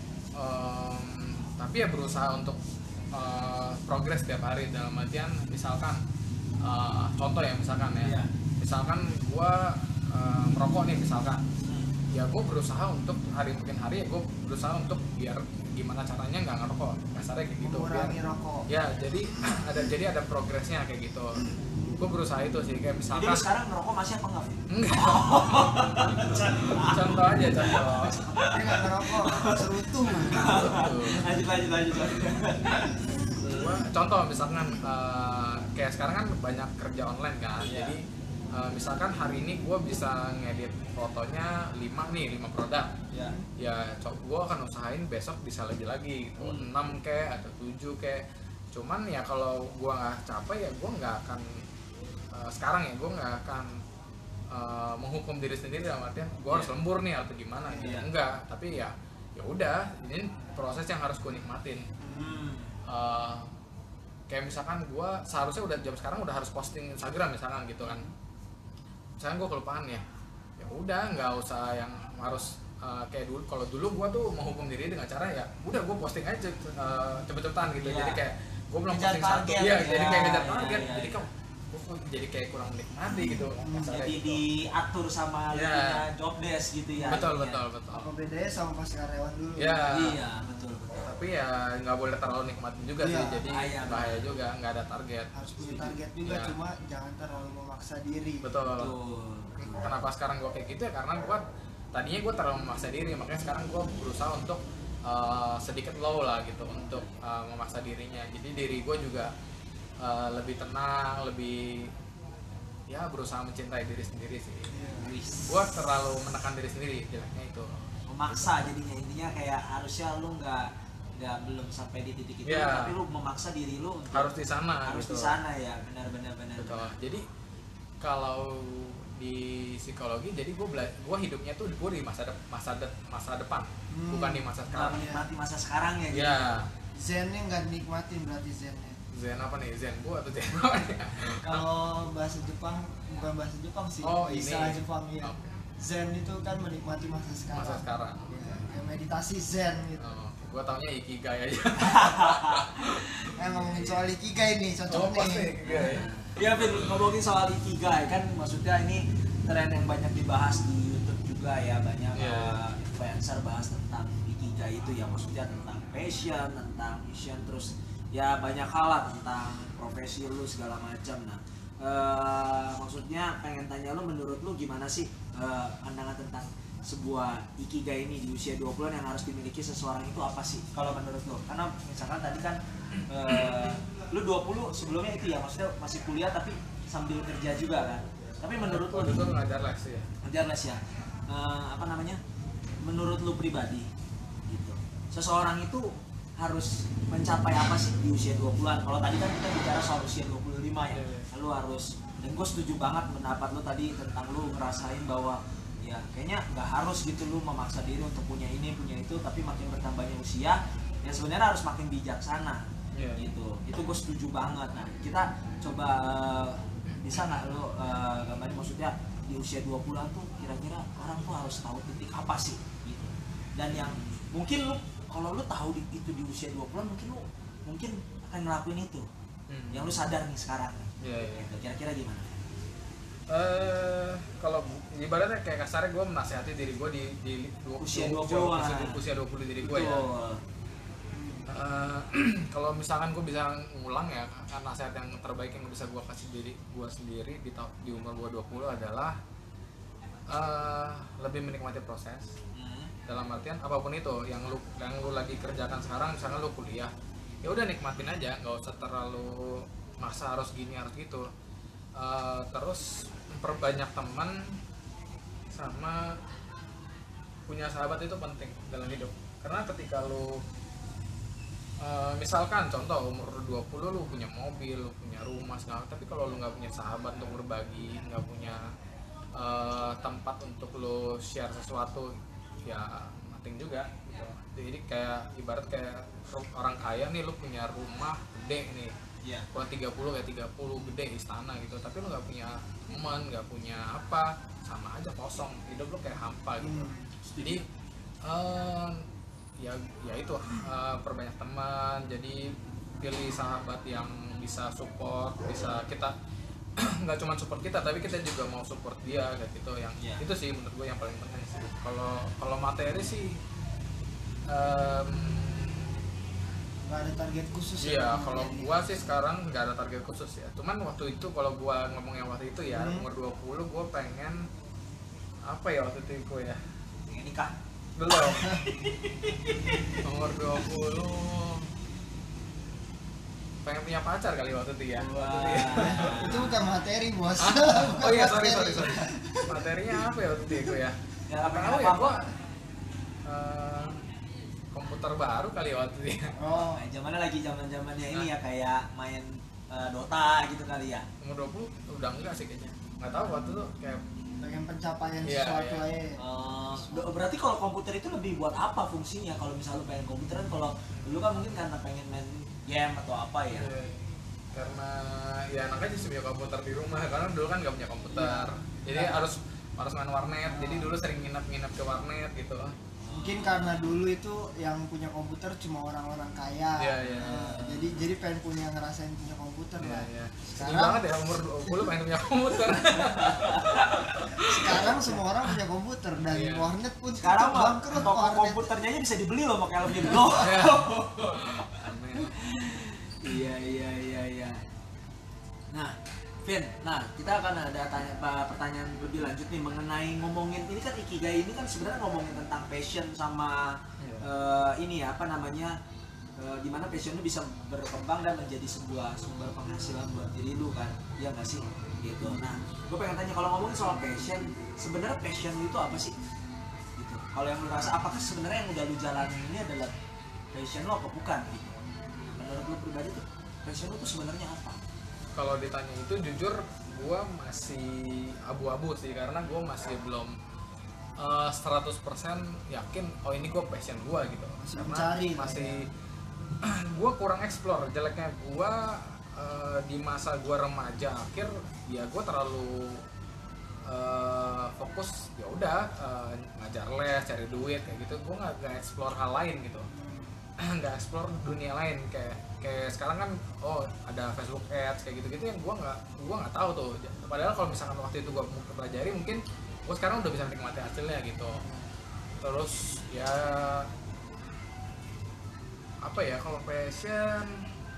Um, tapi ya berusaha untuk uh, progres tiap hari dalam artian misalkan uh, contoh ya misalkan ya, Yeah. misalkan gue uh, merokok nih misalkan, ya gue berusaha untuk hari mungkin hari ya gue berusaha untuk biar gimana caranya nggak ngerokok kasarnya kayak gitu. Mengurangi Biar- rokok. Ya jadi ada jadi ada progresnya kayak gitu. Gue berusaha itu sih kayak Jadi misalkan. lu sekarang ngerokok masih apa enggak? Fit? Enggak. Contoh aja contoh. Dia nggak ngerokok, serutu. Lanjut lanjut lanjut. lanjut. Gua contoh misalkan eh, kayak sekarang kan banyak kerja online kan. Iya. Jadi eh, misalkan hari ini gue bisa ngedit fotonya lima nih, lima produk. Ya. Ya co- gue akan usahain besok bisa lebih lagi gitu. Hmm. enam kayak atau tujuh kayak. Cuman ya kalau gue nggak capek ya gue nggak akan eh, sekarang ya gue nggak akan eh, menghukum diri sendiri dalam artian gue harus Iya. lembur nih atau gimana gitu. Iya. Enggak, tapi ya ya udah ini proses yang harus gue nikmatin. Hmm. Uh, kayak misalkan gue seharusnya udah jam sekarang udah harus posting Instagram misalkan gitu kan, misalkan gue kelupaan ya ya udah nggak usah yang harus uh, kayak dulu. Kalau dulu gue tuh menghukum diri dengan cara ya udah gue posting aja uh, cepet-cepetan gitu. Iya. Jadi kayak gue belum Ngejar posting satu target, ya, ya. jadi kayak ngejar Iya, target iya, jadi iya. kok gue jadi kayak kurang menikmati gitu kasarnya Jadi gitu. diatur sama lu Ya. punya job desk gitu ya. betul intinya. betul betul Apa bedanya sama pas karyawan dulu? ya. Iya betul betul. Tapi ya nggak boleh terlalu nikmatin juga Iya, sih, jadi bahaya. bahaya juga, nggak ada target. Harus punya target juga, Iya. cuma jangan terlalu memaksa diri. Betul. Betul. Kenapa sekarang gue kayak gitu ya karena gue tadinya gue terlalu memaksa diri, makanya sekarang gue berusaha untuk uh, sedikit low lah gitu untuk uh, memaksa dirinya. Jadi diri gue juga uh, lebih tenang, lebih ya berusaha mencintai diri sendiri sih. Wis. Gue terlalu menekan diri sendiri jeleknya itu. Memaksa jadinya, intinya kayak harusnya lu nggak nggak belum sampai di titik itu, Iya. tapi lu memaksa diri lu untuk Harus di sana harus gitu. di sana ya, benar benar benar. Betul. Jadi kalau di psikologi, jadi gue bela- gue hidupnya tuh gue di masa de- masa de- masa depan, Hmm. bukan di masa Nggak sekarang. menikmati masa sekarang ya. gitu. Ya. Zennya nggak nikmatin berarti zennya. Zen apa nih? Zen bu atau Zen apa nih? Kalau bahasa Jepang bukan bahasa Jepang sih, Oh, ini. istilah Jepang ya. Oke. Zen itu kan menikmati masa sekarang. Masa sekarang. Ya, kayak meditasi Zen gitu. Oh, gue taunya ikigai aja. Eh ngomongin soal ikigai nih, cocok Oh, pasti nih. ikigai. Ya, Vin, ngomongin soal ikigai kan maksudnya ini tren yang banyak dibahas di YouTube juga ya, banyak Iya. uh, influencer bahas tentang ikigai itu ya, maksudnya tentang passion, tentang mission, terus ya banyak hal lah tentang profesi lu segala macam. Nah, uh, maksudnya pengen tanya lu, menurut lu gimana sih uh, pandangan tentang sebuah ikigai ini di usia dua puluhan yang harus dimiliki seseorang itu apa sih kalau menurut lu? Karena misalkan tadi kan uh, lu dua puluh sebelumnya itu ya, maksudnya masih kuliah tapi sambil kerja juga kan. Tapi menurut lu Waktu itu ngajar les ya. ngajar les ya, eh, apa namanya, menurut lu pribadi gitu, seseorang itu harus mencapai apa sih di usia dua puluhan. Kalau tadi kan kita bicara soal usia dua puluh lima ya, lu harus, dan gue setuju banget pendapat lu tadi tentang lu ngerasain bahwa ya kayaknya nggak harus gitu lu memaksa diri untuk punya ini punya itu, tapi makin bertambahnya usia ya sebenarnya harus makin bijaksana yeah. gitu. Itu gue setuju banget. Nah kita coba uh, bisa nggak lu uh, gambarin maksudnya di usia dua puluhan tuh kira-kira orang tuh harus tahu titik apa sih gitu, dan yang mungkin lu kalau lu tahu di, itu di usia dua puluhan mungkin lu mungkin akan ngelakuin itu hmm. yang lu sadar nih sekarang nih. Yeah, yeah. Gitu. Kira-kira gimana? Uh, kalau ibaratnya kayak kasarnya gue menasihati diri gue di, di usia dua puluh usia, usia dua puluh diri gue ya. Uh, kalau misalkan gue bisa ngulang ya, kan nasihat yang terbaik yang bisa gue kasih diri gue sendiri di, di umur gue dua puluh adalah uh, lebih menikmati proses. Dalam artian apapun itu yang lu yang lu lagi kerjakan sekarang, misalnya lu kuliah, ya udah nikmatin aja, nggak usah terlalu maksa harus gini harus gitu. Uh, terus perbanyak teman sama punya sahabat itu penting dalam hidup, karena ketika lu uh, misalkan contoh umur dua puluh lu punya mobil, lu punya rumah segala, tapi kalau lu nggak punya sahabat untuk berbagi, nggak punya uh, tempat untuk lu share sesuatu, ya penting juga gitu. Jadi kayak ibarat kayak orang kaya nih, lu punya rumah gede nih, yeah. Buat tiga puluh kayak tiga puluh gede istana gitu, tapi lu nggak punya teman, nggak punya apa, sama aja kosong, hidup lu kayak hampa gitu. hmm. Jadi uh, ya ya itu uh, perbanyak teman, jadi pilih sahabat yang bisa support, bisa kita nggak cuma support kita tapi kita juga mau support dia kayak gitu. Yang yeah. itu sih menurut gue yang paling penting sih. Kalau kalau materi sih um, nggak ada target khusus. Iya, kalau gua sih sekarang nggak ada target khusus ya. Cuman waktu itu kalau gua ngomong yang waktu itu ya hmm. umur dua puluh gua pengen apa ya waktu itu gua ya? Pengen nikah. Belum. Umur dua puluh pengen punya pacar kali waktu itu ya. Waktu itu, ya. Itu bukan materi bos. Oh iya sorry sorry sorry. Materinya apa ya waktu itu ya? Ya apa tahu ya gua. Uh, komputer baru kali waktu itu ya. Oh, nah, zamannya lagi zaman-zamannya ini ya kayak main uh, Dota gitu kali ya. Umur dua puluh udah enggak sih kayaknya. Enggak tahu waktu itu kayak pengen pencapaian yeah, sesuatu yeah. aja. Uh, berarti kalau komputer itu lebih buat apa fungsinya? Kalau misalnya lu pengen komputer kan, kalau dulu kan mungkin karena pengen main game atau apa ya. Yeah. Karena ya anak aja sih punya komputer di rumah, karena dulu kan nggak punya komputer. Yeah. Jadi yeah. harus harus main warnet. Oh. Jadi dulu sering nginep-nginep ke warnet gitu. Mungkin karena dulu itu yang punya komputer cuma orang-orang kaya. Yeah, yeah. Nah, jadi jadi pengen punya ngerasain punya komputer yeah, lah. Yeah. Sekarang banget ya umur dua puluh pengen punya komputer. Sekarang semua orang punya komputer dan yeah. warnet pun sekarang bangkrut. Toko komputernya aja bisa dibeli loh pakai lebih blok. Iya iya iya iya. Nah, Vin, nah kita akan ada tanya, pertanyaan lebih lanjut nih mengenai ngomongin ini kan ikigai ini kan sebenarnya ngomongin tentang passion sama yeah. uh, ini ya apa namanya uh, gimana passion lu bisa berkembang dan menjadi sebuah sumber penghasilan buat diri lu kan, ya nggak sih gitu. Nah, gue pengen tanya kalau ngomongin soal passion, sebenarnya passion itu apa sih? Gitu. Kalau yang lu rasa apakah sebenarnya yang udah lu jalanin ini adalah passion lo atau bukan? Gitu. Menurut lu pribadi tuh passion lu tuh sebenarnya apa? Kalau ditanya itu jujur gue masih abu-abu sih, karena gue masih belum uh, seratus persen yakin oh ini gue passion gue gitu. Masih karena mencari, masih gue kurang explore. Jeleknya gue uh, di masa gue remaja akhir ya gue terlalu uh, fokus ya udah uh, ngajar les, cari duit kayak gitu. Gue nggak nggak explore hal lain gitu. Nggak explore dunia lain kayak kayak sekarang kan oh ada Facebook Ads kayak gitu-gitu yang gua nggak gua nggak tahu tuh. Padahal kalau misalkan waktu itu gua pelajari mungkin gua sekarang udah bisa menikmati hasilnya gitu. Terus ya apa ya kalau passion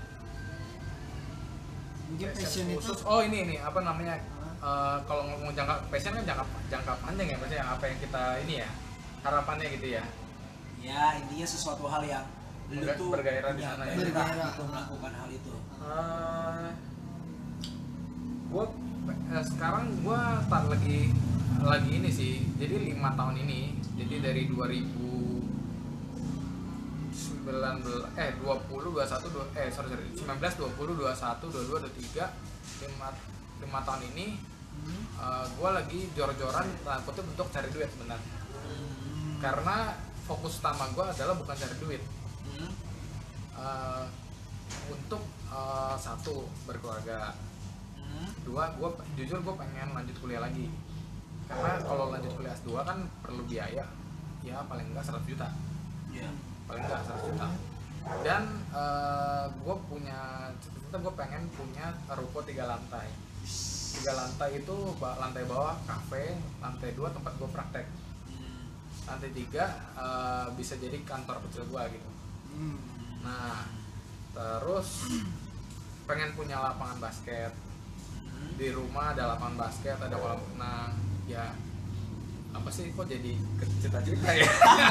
mungkin passion, passion khusus itu oh ini ini apa namanya uh, kalau ngomong jangka passion kan jangka jangka panjang ya maksudnya apa yang kita ini ya harapannya gitu ya. Ya intinya sesuatu hal yang lu Berga, tuh bergairah di sana ya. Bergairah untuk melakukan hal itu. Uh, gue eh, sekarang gue start lagi lagi ini sih. Jadi lima tahun ini. Jadi dari dua ribu sembilan belas eh dua puluh dua puluh satu dua eh sorry sorry sembilan belas dua puluh dua puluh satu dua puluh dua dua puluh tiga lima lima tahun ini Hmm. uh, gue lagi jor-joran takutnya untuk cari duit sebenarnya. Hmm. Karena fokus utama gue adalah bukan cari duit, Hmm. uh, untuk uh, satu berkeluarga, Hmm. dua gue jujur gue pengen lanjut kuliah lagi. Karena kalau lanjut kuliah S dua kan perlu biaya ya paling enggak seratus juta, Iya. paling enggak seratus juta. Dan uh, gue punya cita-cita, gue pengen punya ruko tiga lantai. Tiga lantai itu lantai bawah kafe, lantai dua tempat gue praktek, Hmm. lantai tiga uh, bisa jadi kantor kecil gue gitu. Hmm. Nah terus pengen punya lapangan basket Hmm. di rumah, ada lapangan basket, ada kolam renang. Ya apa sih kok jadi ke cita-cita ya.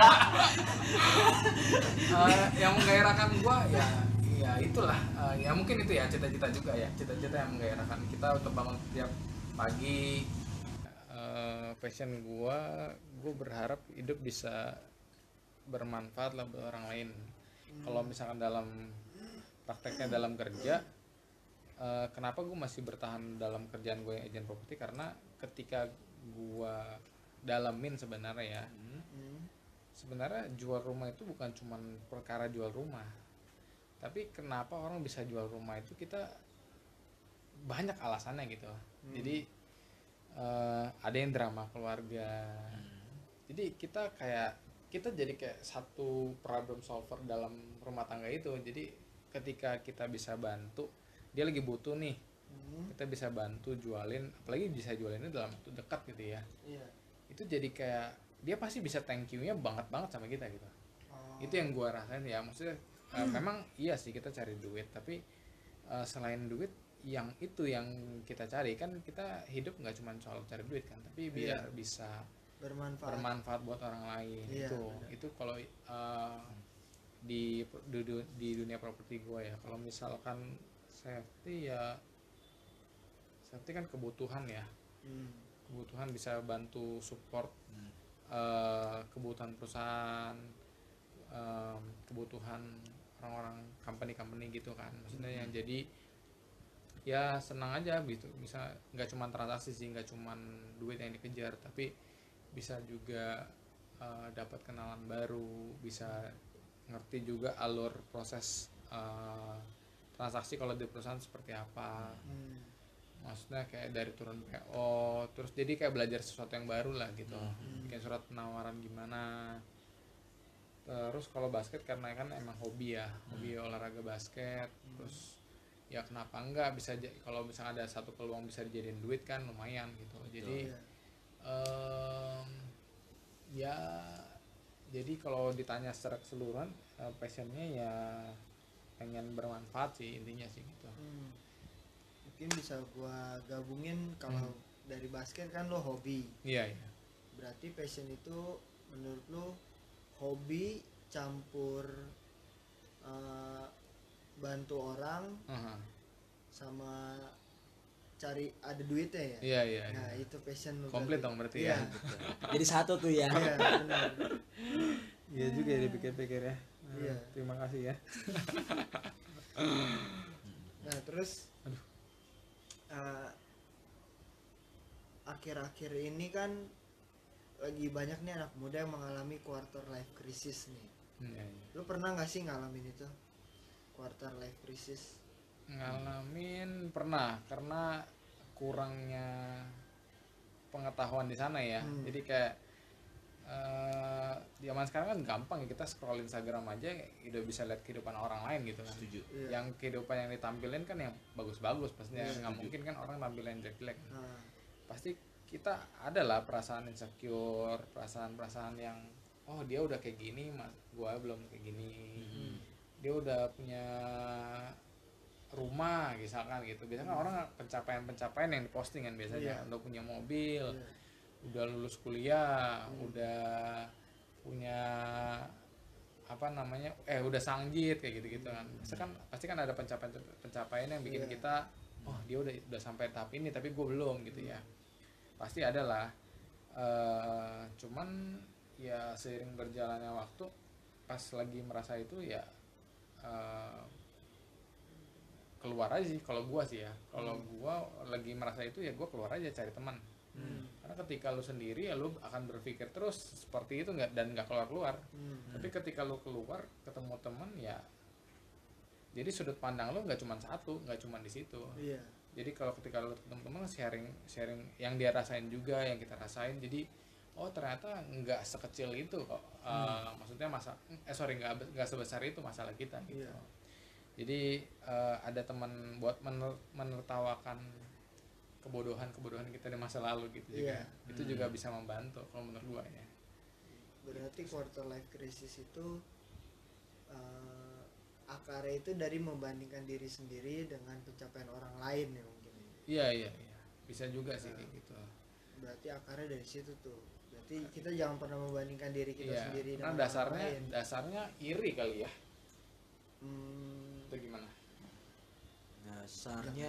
uh, yang menggairahkan gue ya ya itulah, uh, ya mungkin itu ya cita-cita juga ya, cita-cita yang menggairahkan kita untuk bangun tiap pagi. Uh, passion gue gue berharap hidup bisa bermanfaat lah buat orang lain. Kalau misalkan dalam prakteknya dalam kerja, uh, kenapa gue masih bertahan dalam kerjaan gue yang agent properti, karena ketika gue dalamin sebenarnya ya, Hmm. sebenarnya jual rumah itu bukan cuma perkara jual rumah, tapi kenapa orang bisa jual rumah itu kita banyak alasannya gitu. Hmm. Jadi uh, ada yang drama keluarga. Jadi kita kayak kita jadi kayak satu problem solver dalam rumah tangga itu. Jadi ketika kita bisa bantu, dia lagi butuh nih, Hmm. kita bisa bantu jualin, apalagi bisa jualinnya dalam waktu dekat gitu ya. Iya. Itu jadi kayak dia pasti bisa thank you-nya banget banget sama kita gitu. Oh. Itu yang gua rasain ya, maksudnya uh, memang iya sih kita cari duit, tapi uh, selain duit yang itu yang kita cari, kan kita hidup nggak cuma soal cari duit kan, tapi biar Iya. bisa bermanfaat. bermanfaat buat orang lain. Iya, itu benar. itu kalau uh, di, di di dunia properti gua ya, kalau misalkan safety ya, safety kan kebutuhan ya, Hmm. kebutuhan bisa bantu support Hmm. uh, kebutuhan perusahaan, um, kebutuhan orang-orang company-company gitu kan, maksudnya yang jadi ya senang aja gitu, bisa nggak cuma transaksi sih, nggak cuma duit yang dikejar, tapi bisa juga uh, dapat kenalan baru, bisa ngerti juga alur proses uh, transaksi kalau di perusahaan seperti apa. Hmm. Maksudnya kayak dari turun P O, terus jadi kayak belajar sesuatu yang baru lah gitu. Hmm. Bikin surat penawaran gimana. Terus kalau basket karena kan emang hobi ya, hobi olahraga basket. Terus ya kenapa enggak, bisa j- kalau misalnya ada satu peluang bisa dijadiin duit kan lumayan gitu. Jadi Iya. em, ya jadi kalau ditanya secara keseluruhan, eh, passionnya ya pengen bermanfaat sih intinya sih gitu. Hmm. Mungkin bisa gua gabungin kalau Hmm. dari basket kan lo hobi. Iya iya. Berarti passion itu menurut lo hobi campur uh, bantu orang Aha. sama cari ada duitnya ya. Iya iya. Nah, iya. itu passion lo. Komplit berarti. dong berarti Iya. ya. Jadi satu tuh ya. Iya, benar. Iya juga ya dipikir-pikir ya. Nah, Iya. terima kasih ya. Nah, terus Aduh. uh, akhir-akhir ini kan lagi banyak nih anak muda yang mengalami quarter life crisis nih. Hmm, iya, iya. Lu pernah nggak sih ngalamin itu? Quarter life crisis? Ngalamin pernah, karena kurangnya pengetahuan di sana ya. Hmm. Jadi kayak eh zaman sekarang kan gampang ya, kita scroll Instagram aja udah bisa lihat kehidupan orang lain gitu kan. Setuju. Iya. Yang kehidupan yang ditampilin kan yang bagus-bagus pastinya, Iya, nggak setuju. mungkin kan orang tampilin jelek-jelek. Nah, Pasti kita adalah perasaan insecure, perasaan-perasaan yang oh dia udah kayak gini, mas gua belum kayak gini. Hmm. Dia udah punya rumah misalkan gitu. Biasanya kan orang pencapaian-pencapaian yang diposting kan biasanya, Iya. udah punya mobil, iya. udah lulus kuliah, Hmm. udah punya apa namanya eh udah sanggit kayak gitu-gitu kan. Biasanya kan pasti kan ada pencapaian pencapaian yang bikin Iya. kita oh dia udah udah sampai tahap ini tapi gue belum gitu ya. Pasti ada lah. Eh, cuman ya seiring berjalannya waktu pas lagi merasa itu ya uh, keluar aja sih kalau gua sih ya. Kalau Hmm. gua lagi merasa itu ya gua keluar aja cari teman. Hmm. Karena ketika lu sendiri ya lu akan berpikir terus seperti itu nggak dan nggak keluar keluar. Hmm. Tapi ketika lu keluar ketemu teman ya, jadi sudut pandang lu nggak cuma satu, nggak cuma di situ. Iya. Jadi kalau ketika lu ketemu teman sharing sharing yang dia rasain juga yang kita rasain, jadi oh ternyata nggak sekecil itu kok. Uh, maksudnya masa eh sorry nggak nggak sebesar itu masalah kita gitu. Iya. Jadi uh, ada teman buat mener, menertawakan kebodohan-kebodohan kita di masa lalu gitu juga. Iya. Itu Hmm. juga bisa membantu kalau menurut gua ya. Berarti quarter life crisis itu uh, akarnya itu dari membandingkan diri sendiri dengan pencapaian orang lain ya mungkin. Iya iya iya. Bisa juga sih kayak gitu. Berarti akarnya dari situ tuh. Berarti kita jangan pernah membandingkan diri kita Iya. sendiri Karena dengan dasarnya orang lain. dasarnya iri kali ya. Hmm, Itu gimana? Dasarnya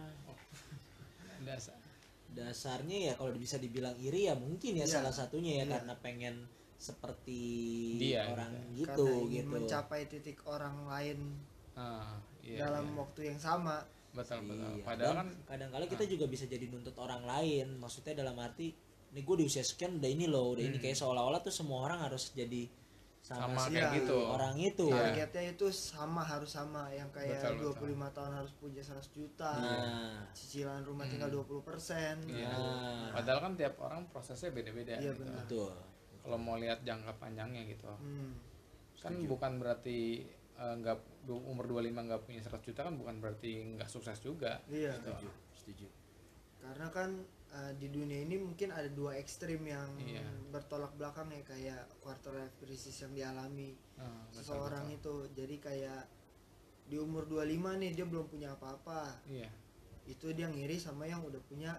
Dasar. dasarnya ya kalau bisa dibilang iri ya mungkin ya Iya. salah satunya ya Iya. karena pengen seperti Dia, orang karena gitu ingin gitu. mencapai titik orang lain Ah, iya, dalam iya. waktu yang sama. Betul betul. Iya. Padahal Dan kan kadang-kala kita ah. juga bisa jadi nuntut orang lain. Maksudnya dalam arti nih gue di usia sekian udah ini loh, udah ini Hmm. kayak seolah-olah tuh semua orang harus jadi sama, Sama si kayak gitu. orang itu. Iya. Targetnya itu sama, harus sama, yang kayak Betul, dua puluh lima tahun harus punya seratus juta, Nah, cicilan rumah Hmm. tinggal dua puluh persen. Iya. Nah. Padahal kan tiap orang prosesnya beda-beda Iya, gitu. benar. betul. Kalau mau lihat jangka panjangnya gitu. Hmm. Kan bukan berarti eh, nggak du- umur dua puluh lima nggak punya seratus juta kan bukan berarti nggak sukses juga. Iya. Setuju, setuju. Karena kan uh, di dunia ini mungkin ada dua ekstrim yang Iya. bertolak belakang ya, kayak quarter life crisis yang dialami Ah, betul, seseorang betul. itu. Jadi kayak di umur dua puluh lima nih dia belum punya apa-apa. Iya, Itu dia ngiri sama yang udah punya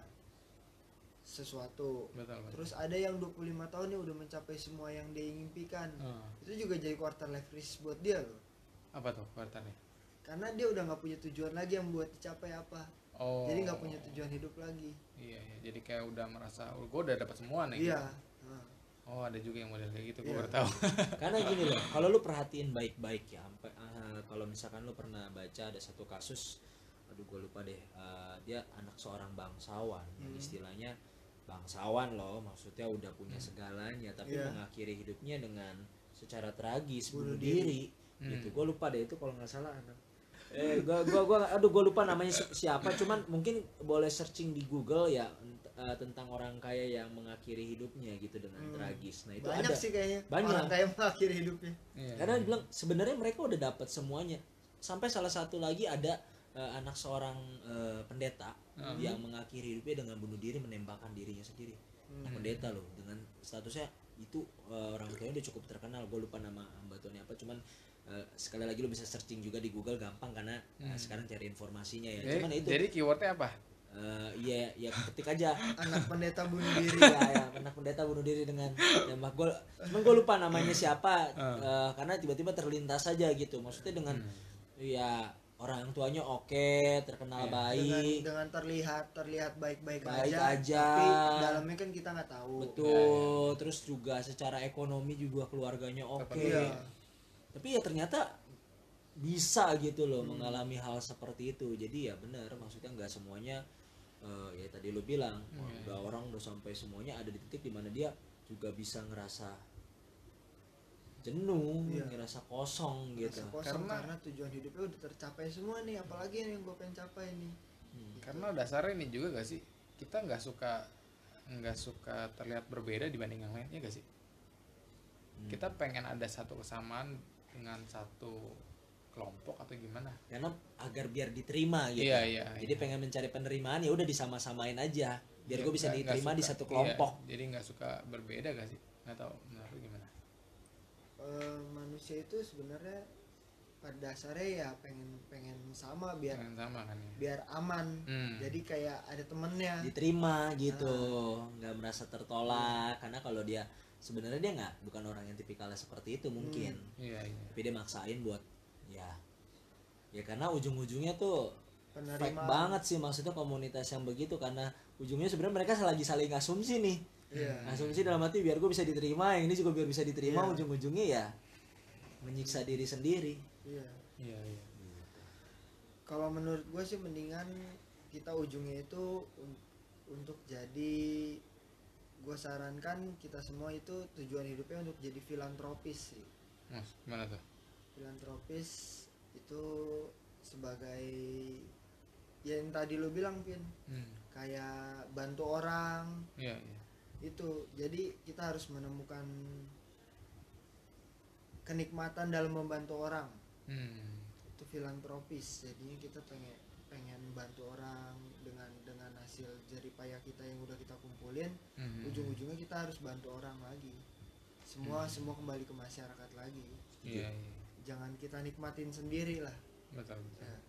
sesuatu. betul betul. Terus ada yang dua puluh lima tahun nih udah mencapai semua yang dia impikan. Ah, Itu juga jadi quarter life crisis buat dia loh. apa tuh kuartalnya? Karena dia udah nggak punya tujuan lagi yang buat dicapai apa. Oh. Jadi nggak punya tujuan hidup lagi. Iya, iya. Jadi kayak udah merasa, oh, gue udah dapat semua nih. Iya. gitu. Nah, Oh, ada juga yang model kayak gitu, gue Iya. baru tahu. Karena gini loh, kalau lu perhatiin baik-baik ya, sampai ah, kalau misalkan lu pernah baca ada satu kasus, aduh gue lupa deh, ah, dia anak seorang bangsawan, yang Hmm. istilahnya bangsawan loh, maksudnya udah punya segalanya, tapi Iya. mengakhiri hidupnya dengan secara tragis Bunuh bunuh diri, Hmm. gitu. Gue lupa deh itu kalau nggak salah anak. Eh, gua, gua, gua, aduh, gue lupa namanya si- siapa. Cuman mungkin boleh searching di Google ya ent- eh, tentang orang kaya yang mengakhiri hidupnya gitu dengan Hmm. tragis. Nah itu banyak ada. sih kayaknya Banyak. orang kaya mengakhiri hidupnya. Iya. Karena dibilang sebenarnya mereka udah dapat semuanya. Sampai salah satu lagi ada eh, anak seorang eh, pendeta Hmm. yang mengakhiri hidupnya dengan bunuh diri, menembakkan dirinya sendiri. Nah, Hmm. pendeta loh dengan statusnya itu eh, orang tuanya udah cukup terkenal. Gue lupa nama hamba Tuhannya apa, cuman eh, sekali lagi lo bisa searching juga di Google gampang karena eh, Hmm. sekarang cari informasinya ya. Jadi, Cuman itu jadi keywordnya apa? eh, iya ya ketik aja. Anak pendeta bunuh diri. ya, ya, anak pendeta bunuh diri dengan tembak gol. Cuman gue lupa namanya siapa Hmm. eh, karena tiba-tiba terlintas saja gitu. Maksudnya dengan Hmm. ya orang tuanya oke, terkenal Iya. dengan baik, dengan terlihat terlihat baik-baik Baik aja, aja. tapi dalamnya kan kita nggak tahu. betul. Terus juga secara ekonomi juga keluarganya oke. Iya. Tapi ya ternyata bisa gitu loh mengalami hal seperti itu. Jadi ya benar, maksudnya nggak semuanya eh, ya tadi lu bilang Iya, udah orang udah sampai semuanya ada di titik dimana dia juga bisa ngerasa jenuh, Iya. ngerasa kosong gitu. Rasa kosong Karena- karena, tujuan hidupnya udah tercapai semua nih, apalagi yang gue pengen capai nih. Hmm. Karena dasarnya ini juga gak sih, kita nggak suka nggak suka terlihat berbeda dibanding yang lainnya gak sih? Hmm. Kita pengen ada satu kesamaan dengan satu kelompok atau gimana? Karena agar biar diterima gitu. Iya, iya, Jadi iya. pengen mencari penerimaan ya udah disama-samain aja biar gue bisa Nggak- nggak diterima di suka- satu iya, kelompok. jadi nggak suka berbeda gak sih? Nggak tahu menurut lu gimana? Eh, manusia itu sebenarnya pada dasarnya ya pengen pengen sama biar Pengen sama kan ya? biar aman. Hmm. Jadi kayak ada temennya. Diterima gitu, Ah. nggak merasa tertolak karena kalau dia sebenarnya dia nggak bukan orang yang tipikalnya seperti itu mungkin. Iya iya. Tapi dia maksain buat ya ya karena ujung-ujungnya tuh fake Penerimaan. banget sih maksudnya komunitas yang begitu karena ujungnya sebenarnya mereka lagi saling asumsi nih. Iya. Asumsi dalam arti biar gue bisa diterima, yang ini juga biar bisa diterima, Iya. ujung-ujungnya ya menyiksa diri sendiri. Iya. Iya, iya. Kalau menurut gue sih mendingan kita ujungnya itu un- untuk jadi, gue sarankan kita semua itu tujuan hidupnya untuk jadi filantropis sih. Mas, gimana tuh? Filantropis itu sebagai yang tadi lu bilang, Pin, Hmm. kayak bantu orang Iya, iya. itu. Jadi kita harus menemukan kenikmatan dalam membantu orang, Hmm. itu filantropis. Jadinya kita pengen pengen bantu orang dengan dengan hasil jerih payah kita yang udah kita kumpulin. Hmm. Ujung-ujungnya kita harus bantu orang lagi, semua semua kembali ke masyarakat lagi. Iya, iya. Jangan kita nikmatin sendiri lah. Betul, betul. Ya,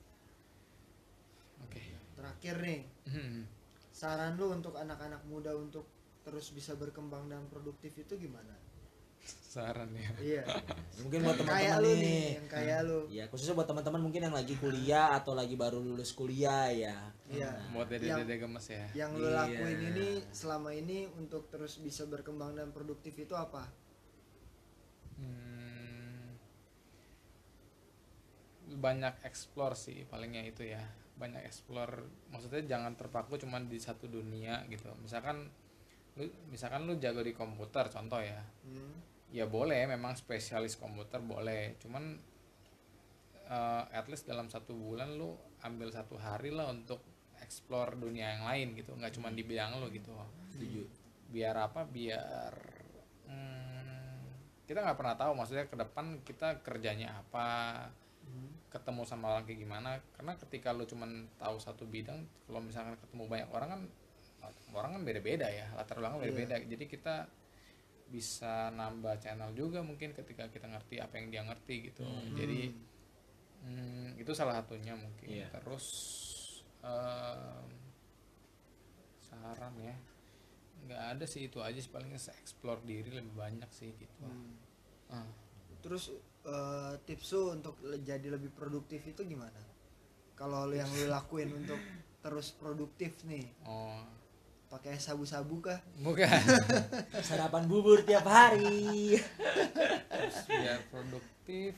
Oke. terakhir nih, Hmm. saran lu untuk anak-anak muda untuk terus bisa berkembang dan produktif itu gimana? Saran ya. Iya. Mungkin buat kayak teman-teman lu nih. nih, yang kayak lu. Ya, khususnya buat teman-teman mungkin yang lagi kuliah atau lagi baru lulus kuliah ya. Iya. Buat dede-dede gemes ya. Yang lu Iya. lakuin ini selama ini untuk terus bisa berkembang dan produktif itu apa? Hmm. Banyak explore sih palingnya itu ya. Banyak explore. Maksudnya jangan terpaku cuma di satu dunia gitu. Misalkan lu misalkan lu jago di komputer contoh ya. Hmm. Ya boleh memang spesialis komputer boleh. Cuman uh, at least dalam satu bulan lu ambil satu hari lah untuk explore dunia yang lain gitu. Nggak cuma di bidang lu gitu. Setuju. Biar apa? Biar hmm, kita nggak pernah tahu maksudnya ke depan kita kerjanya apa, Hmm. ketemu sama orang kayak gimana. Karena ketika lu cuman tahu satu bidang, kalau misalkan ketemu banyak orang kan orang kan beda-beda ya, latar belakang beda-beda. Jadi kita bisa nambah channel juga mungkin ketika kita ngerti apa yang dia ngerti gitu. Jadi hmm, itu salah satunya mungkin. Iya. Terus em, saran ya nggak ada sih, itu aja sih palingnya, se-explore diri lebih banyak sih gitu. Hmm. Ah. Terus eh, tips lu untuk le- jadi lebih produktif itu gimana? Kalau lu yang lu lakuin untuk terus produktif nih, Oh pakai sabu-sabu kah? bukan. Sarapan bubur tiap hari. Terus biar produktif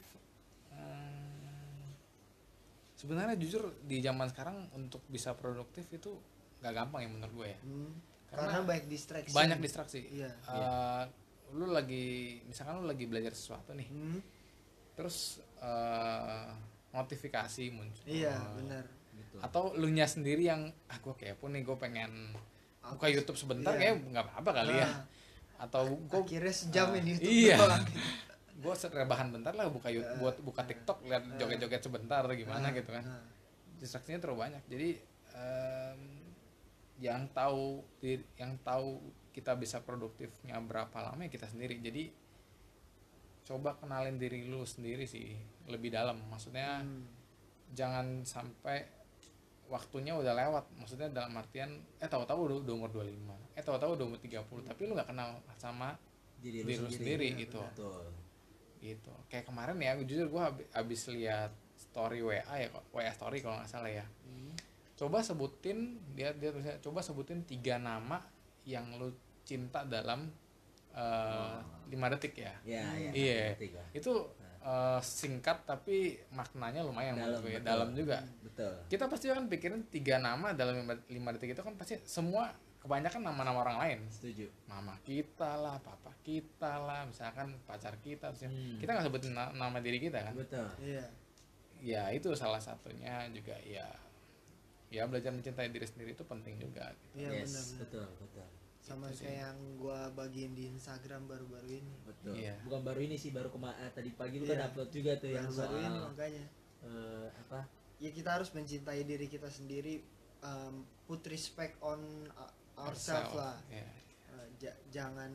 hmm, sebenarnya jujur di zaman sekarang untuk bisa produktif itu nggak gampang ya menurut gue ya. Hmm. Karena Karena banyak distraksi. Banyak distraksi. Iya. Eh, lu lagi misalkan lu lagi belajar sesuatu nih, Hmm. terus eh, notifikasi muncul. Iya, benar. Gitu. Atau lu nya sendiri yang ah gue kepo nih, gue pengen buka Apa- YouTube sebentar, iya. kayak nggak apa-apa kali ya. Ah. Atau gue Akhirnya sejam ah, ini YouTube iya. doang. gue rebahan bentar lah buka YouTube, buat buka TikTok, lihat joget-joget sebentar atau gimana Ah, gitu kan. ah. Distraksinya terlalu banyak. Jadi em, yang tahu di- yang tahu kita bisa produktifnya berapa lama ya kita sendiri. Jadi coba kenalin diri lu sendiri sih lebih dalam. Maksudnya Hmm. jangan sampai waktunya udah lewat. Maksudnya dalam artian eh tahu-tahu udah, udah umur dua puluh lima, eh tahu-tahu udah umur tiga puluh, tapi lu nggak kenal sama Diri diri lu sendiri Iya, gitu. Betul. Gitu. Kayak kemarin ya, jujur gue habis lihat story W A ya, W A story kalau nggak salah ya. Hmm. Coba sebutin, dia dia tulisnya, coba sebutin tiga nama yang lu cinta dalam uh, lima detik ya. Ya, ya. Iya. ngerti gua. Itu uh, singkat tapi maknanya lumayan Dalam, menurut gue, betul. dalam juga. Betul. Kita pasti kan pikirin tiga nama dalam lima, lima detik itu kan pasti semua kebanyakan nama-nama orang lain. Setuju. Mama kita lah, papa kita lah, misalkan pacar kita, terus Hmm. kita nggak sebutin na- nama diri kita kan. Betul. Iya. Ya itu salah satunya juga ya. Ya belajar mencintai diri sendiri itu penting juga. Gitu. Iya, Yes, benar-benar. betul, betul. Sama Gitu sih. kayak yang gua bagiin di Instagram baru-baru ini. Betul. Iya. Bukan baru ini sih, baru kema eh, tadi pagi lu Iya. kan upload juga tuh yang Baru-baru ini soal makanya. eh, apa? Ya kita harus mencintai diri kita sendiri, um, put respect on uh, ourselves Ourself, lah. ya. Uh, ja- jangan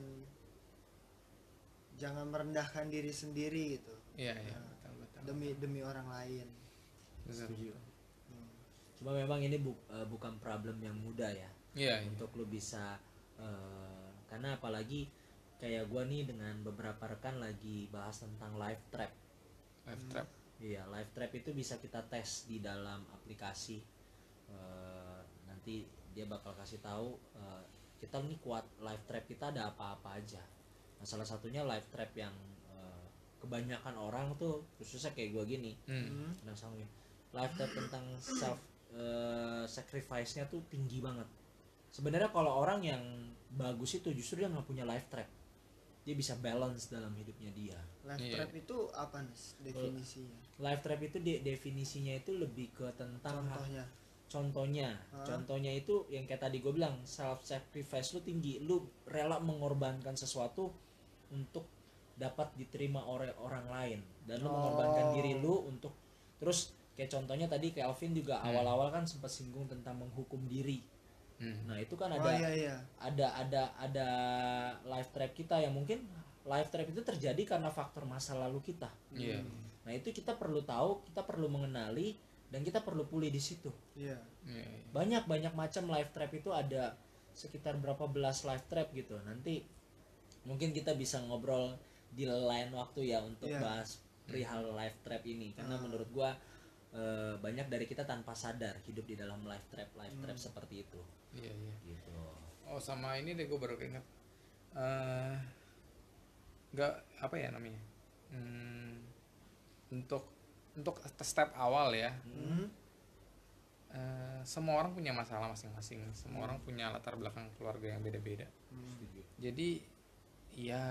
jangan merendahkan diri sendiri gitu. Iya, iya, Nah, betul, betul. demi demi orang lain. Betul. Setuju. Hmm. Cuma memang ini bu- eh, bukan problem yang mudah ya. Iya, iya. Untuk lu bisa eh, karena apalagi kayak gua nih dengan beberapa rekan lagi bahas tentang live trap. Live trap. Iya, live trap itu bisa kita tes di dalam aplikasi. Eh, nanti dia bakal kasih tahu eh, kita nih kuat live trap kita ada apa-apa aja. Nah, salah satunya live trap yang eh, kebanyakan orang tuh khususnya kayak gue gini Hmm. nah sama lifetime tentang self uh, sacrifice-nya tuh tinggi banget. Sebenarnya kalau orang yang bagus itu justru dia nggak punya life trap, dia bisa balance dalam hidupnya dia. Life Iya. trap itu apa nih definisinya? Life trap itu de- definisinya itu lebih ke tentang Contohnya. contohnya Hah? contohnya itu yang kayak tadi gue bilang self sacrifice lu tinggi, lu rela mengorbankan sesuatu untuk dapat diterima oleh orang lain dan lu Oh. mengorbankan diri lu untuk terus kayak contohnya tadi Kelvin juga Hmm. awal-awal kan sempat singgung tentang menghukum diri. Hmm. Nah itu kan Oh ada iya iya. ada ada ada life trap kita yang mungkin life trap itu terjadi karena faktor masa lalu kita. Iya. Nah itu kita perlu tahu, kita perlu mengenali dan kita perlu pulih di situ. Iya. Iya, iya. Banyak banyak macam life trap itu ada sekitar berapa belas life trap gitu. Nanti mungkin kita bisa ngobrol di lain waktu ya untuk Iya. bahas perihal life trap ini karena Ah. menurut gua eh, banyak dari kita tanpa sadar hidup di dalam life trap life trap Hmm. seperti itu Iya, iya. gitu. Oh sama ini deh gue baru ingat eh nggak apa ya namanya Hmm, untuk untuk step awal ya Hmm. eh, semua orang punya masalah masing-masing, semua orang punya latar belakang keluarga yang beda-beda. Hmm. Jadi ya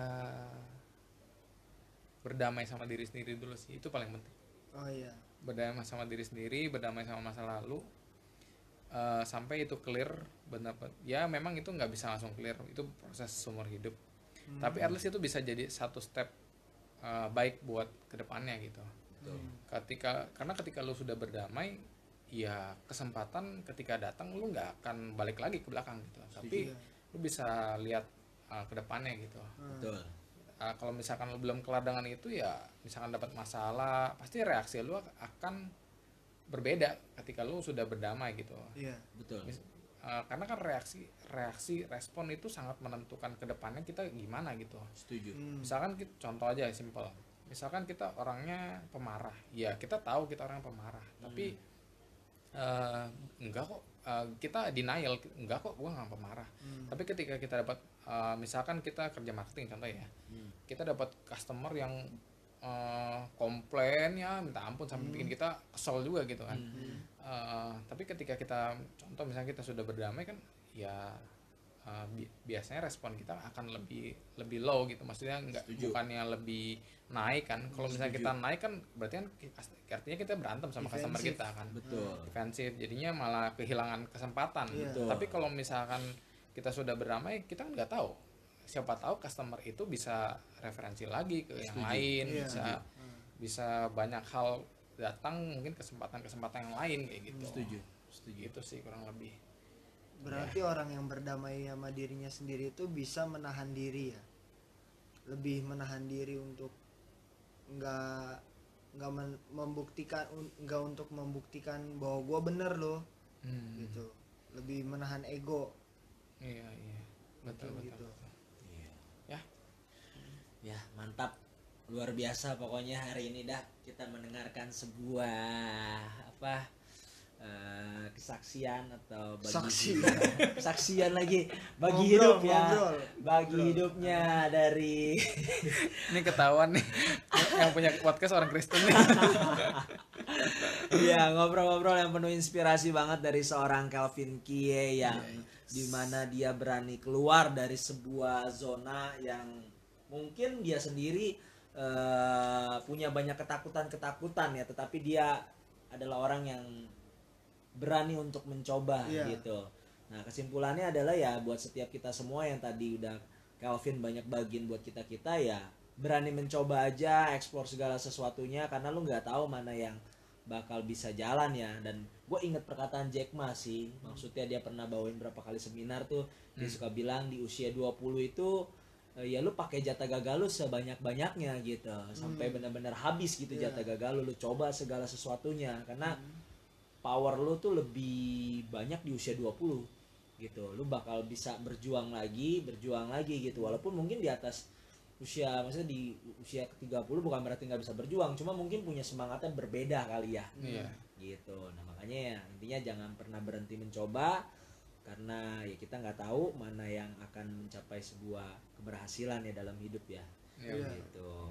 berdamai sama diri sendiri dulu sih, itu paling penting. Oh iya. Berdamai sama diri sendiri, berdamai sama masa lalu, eh, sampai itu clear benar. Ya memang itu nggak bisa langsung clear, itu proses seumur hidup. Hmm. Tapi at least itu bisa jadi satu step eh, baik buat kedepannya gitu. Hmm. Ketika karena ketika lu sudah berdamai, ya kesempatan ketika datang lu nggak akan balik lagi ke belakang gitu. Tapi Iya. lu bisa lihat uh, ke depannya gitu. Hmm. Betul. Uh, kalau misalkan lu belum kelar dengan itu ya misalkan dapat masalah, pasti reaksi lu akan berbeda ketika lu sudah berdamai gitu. Iya. Betul. Mis- uh, karena kan reaksi reaksi respon itu sangat menentukan ke depannya kita gimana gitu. Setuju. Hmm. Misalkan kita, contoh aja simple. Misalkan kita orangnya pemarah, ya kita tahu kita orang pemarah, tapi eh, enggak kok, eh, kita denial, enggak kok, gua nggak pemarah. Hmm. Tapi ketika kita dapat, eh, misalkan kita kerja marketing contoh ya, Hmm. kita dapat customer yang eh, komplain ya minta ampun sampai bikin kita kesel juga gitu kan. Hmm. Eh, tapi ketika kita contoh misalnya kita sudah berdamai kan, ya uh, bi- biasanya respon kita akan lebih lebih low gitu, maksudnya nggak Setuju. bukannya lebih naik kan. Kalau misalnya Setuju. kita naik kan berarti kan ki- artinya kita berantem sama customer Defensif. kita kan, Betul. defensif, jadinya malah kehilangan kesempatan. Iya. Betul. Tapi kalau misalkan kita sudah berdamai, kita nggak tahu, siapa tahu customer itu bisa referensi lagi ke yang Setuju. lain, Iya. bisa bisa banyak hal datang, mungkin kesempatan-kesempatan yang lain kayak gitu. Setuju. Setuju. Gitu sih kurang lebih. Berarti orang yang berdamai sama dirinya sendiri itu bisa menahan diri ya, lebih menahan diri untuk nggak nggak men- membuktikan un- nggak untuk membuktikan bahwa gue bener loh Hmm. gitu, lebih menahan ego. Iya iya betul Mungkin betul. gitu. betul. Iya. Ya Ya mantap, luar biasa pokoknya hari ini dah kita mendengarkan sebuah apa eh, kesaksian atau bagi Saksian. kesaksian lagi bagi Ngobrol, hidup ya, ngobrol. bagi Ngobrol. hidupnya dari ini ketahuan nih yang punya podcast orang Kristen nih. ya ngobrol-ngobrol yang penuh inspirasi banget dari seorang Calvin Kie yang dimana dia berani keluar dari sebuah zona yang mungkin dia sendiri eh, punya banyak ketakutan-ketakutan ya, tetapi dia adalah orang yang berani untuk mencoba Iya. gitu. Nah kesimpulannya adalah ya buat setiap kita semua yang tadi udah Calvin banyak bagiin buat kita kita ya berani mencoba aja, explore segala sesuatunya karena lu nggak tahu mana yang bakal bisa jalan ya. Dan gue inget perkataan Jack Ma sih, maksudnya dia pernah bawain berapa kali seminar tuh dia suka bilang di usia dua puluh itu eh, ya lu pakai jatah gagal lu sebanyak-banyaknya gitu sampai benar-benar habis gitu Iya. jatah gagal lu, lu coba segala sesuatunya karena power lu tuh lebih banyak di usia dua puluh gitu. Lu bakal bisa berjuang lagi, berjuang lagi gitu. Walaupun mungkin di atas usia, maksudnya di usia ke tiga puluh bukan berarti nggak bisa berjuang, cuma mungkin punya semangatnya berbeda kali ya. Iya. Gitu. Nah, makanya ya intinya jangan pernah berhenti mencoba karena ya kita nggak tahu mana yang akan mencapai sebuah keberhasilan ya dalam hidup ya. Iya. Iya. Gitu.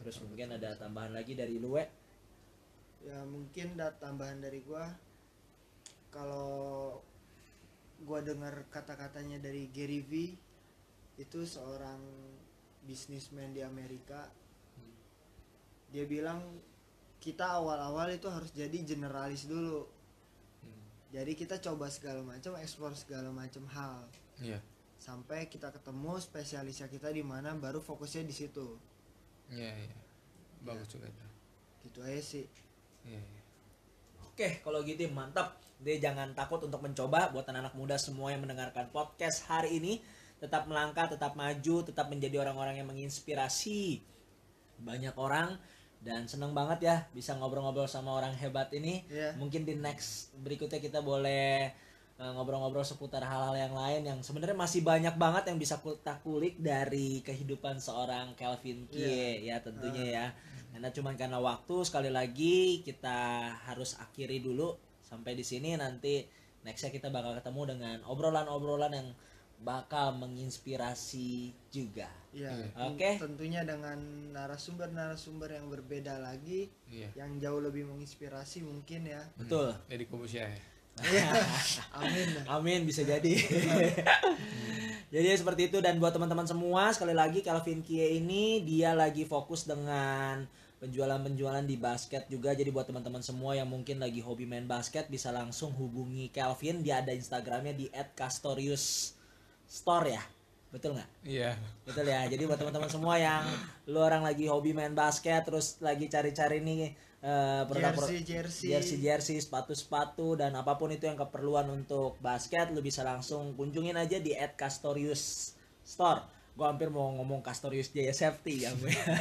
Terus mungkin ada tambahan lagi dari lu, We? Ya mungkin ada tambahan dari gua, kalau gua dengar kata-katanya dari Gary V, itu seorang bisnismen di Amerika. Dia bilang kita awal-awal itu harus jadi generalis dulu. Jadi kita coba segala macam, eksplor segala macam hal. Iya. Sampai kita ketemu spesialisnya kita di mana, baru fokusnya di situ. Iya, iya. Bagus juga itu. Gitu aja sih. Iya, iya. Oke, kalau gitu mantap. Jadi jangan takut untuk mencoba. Buat anak-anak muda semua yang mendengarkan podcast hari ini, tetap melangkah, tetap maju, tetap menjadi orang-orang yang menginspirasi banyak orang. Dan seneng banget ya bisa ngobrol-ngobrol sama orang hebat ini. Iya. Mungkin di next berikutnya kita boleh uh, ngobrol-ngobrol seputar hal-hal yang lain yang sebenarnya masih banyak banget yang bisa kita kulik dari kehidupan seorang Calvin Kie ya tentunya ya. Karena cuman karena waktu, sekali lagi kita harus akhiri dulu sampai di sini. Nanti nextnya kita bakal ketemu dengan obrolan-obrolan yang bakal menginspirasi juga. Iya. Oke. Tentunya dengan narasumber-narasumber yang berbeda lagi, Iya. yang jauh lebih menginspirasi mungkin ya. Betul. Jadi Kobusier ya. Amin. Amin, bisa jadi. Jadi seperti itu. Dan buat teman-teman semua, sekali lagi Calvin Kie ini dia lagi fokus dengan penjualan-penjualan di basket juga. Jadi buat teman-teman semua yang mungkin lagi hobi main basket, bisa langsung hubungi Calvin. Dia ada Instagramnya di et castorius store ya. Betul nggak? Iya. Betul ya. Jadi buat teman-teman semua yang lu orang lagi hobi main basket, terus lagi cari-cari nih uh, produk Jersey, jersey. jersey, jersey, sepatu-sepatu dan apapun itu yang keperluan untuk basket, lu bisa langsung kunjungin aja di et castorius store. Gua hampir mau ngomong Castorius Jaya Safety ya.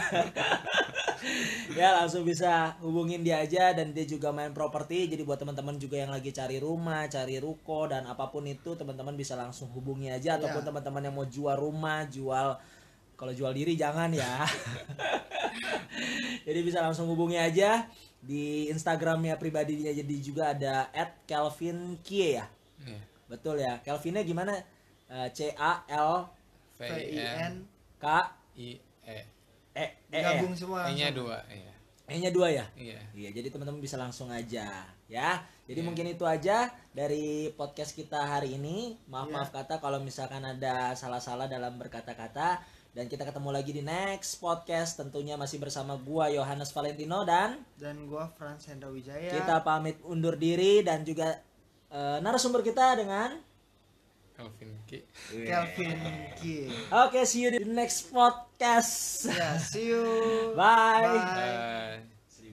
Ya langsung bisa hubungin dia aja. Dan dia juga main properti. Jadi buat teman-teman juga yang lagi cari rumah, cari ruko dan apapun itu, teman-teman bisa langsung hubungi aja. Ataupun Ya. teman-teman yang mau jual rumah, jual, kalau jual diri jangan ya. Jadi bisa langsung hubungi aja. Di Instagramnya pribadinya jadi juga ada et calvin kie ya. Iya. Betul ya. Calvinnya gimana? Eh, C A L V V I I N N K I E. E E gabung semua. E-nya langsung. dua, iya. E-nya dua ya? Iya. Iya, jadi teman-teman bisa langsung aja ya. Jadi Iya. mungkin itu aja dari podcast kita hari ini. Maaf-maaf Iya. kata kalau misalkan ada salah-salah dalam berkata-kata. Dan kita ketemu lagi di next podcast. Tentunya masih bersama gua Yohanes Valentino dan Dan gua Frans Hendra Wijaya. kita pamit undur diri. Dan juga eh, narasumber kita dengan Calvin Ki. Calvin Kie. Oke, see you di next podcast. Ya, see you. Bye. Bye. Bye.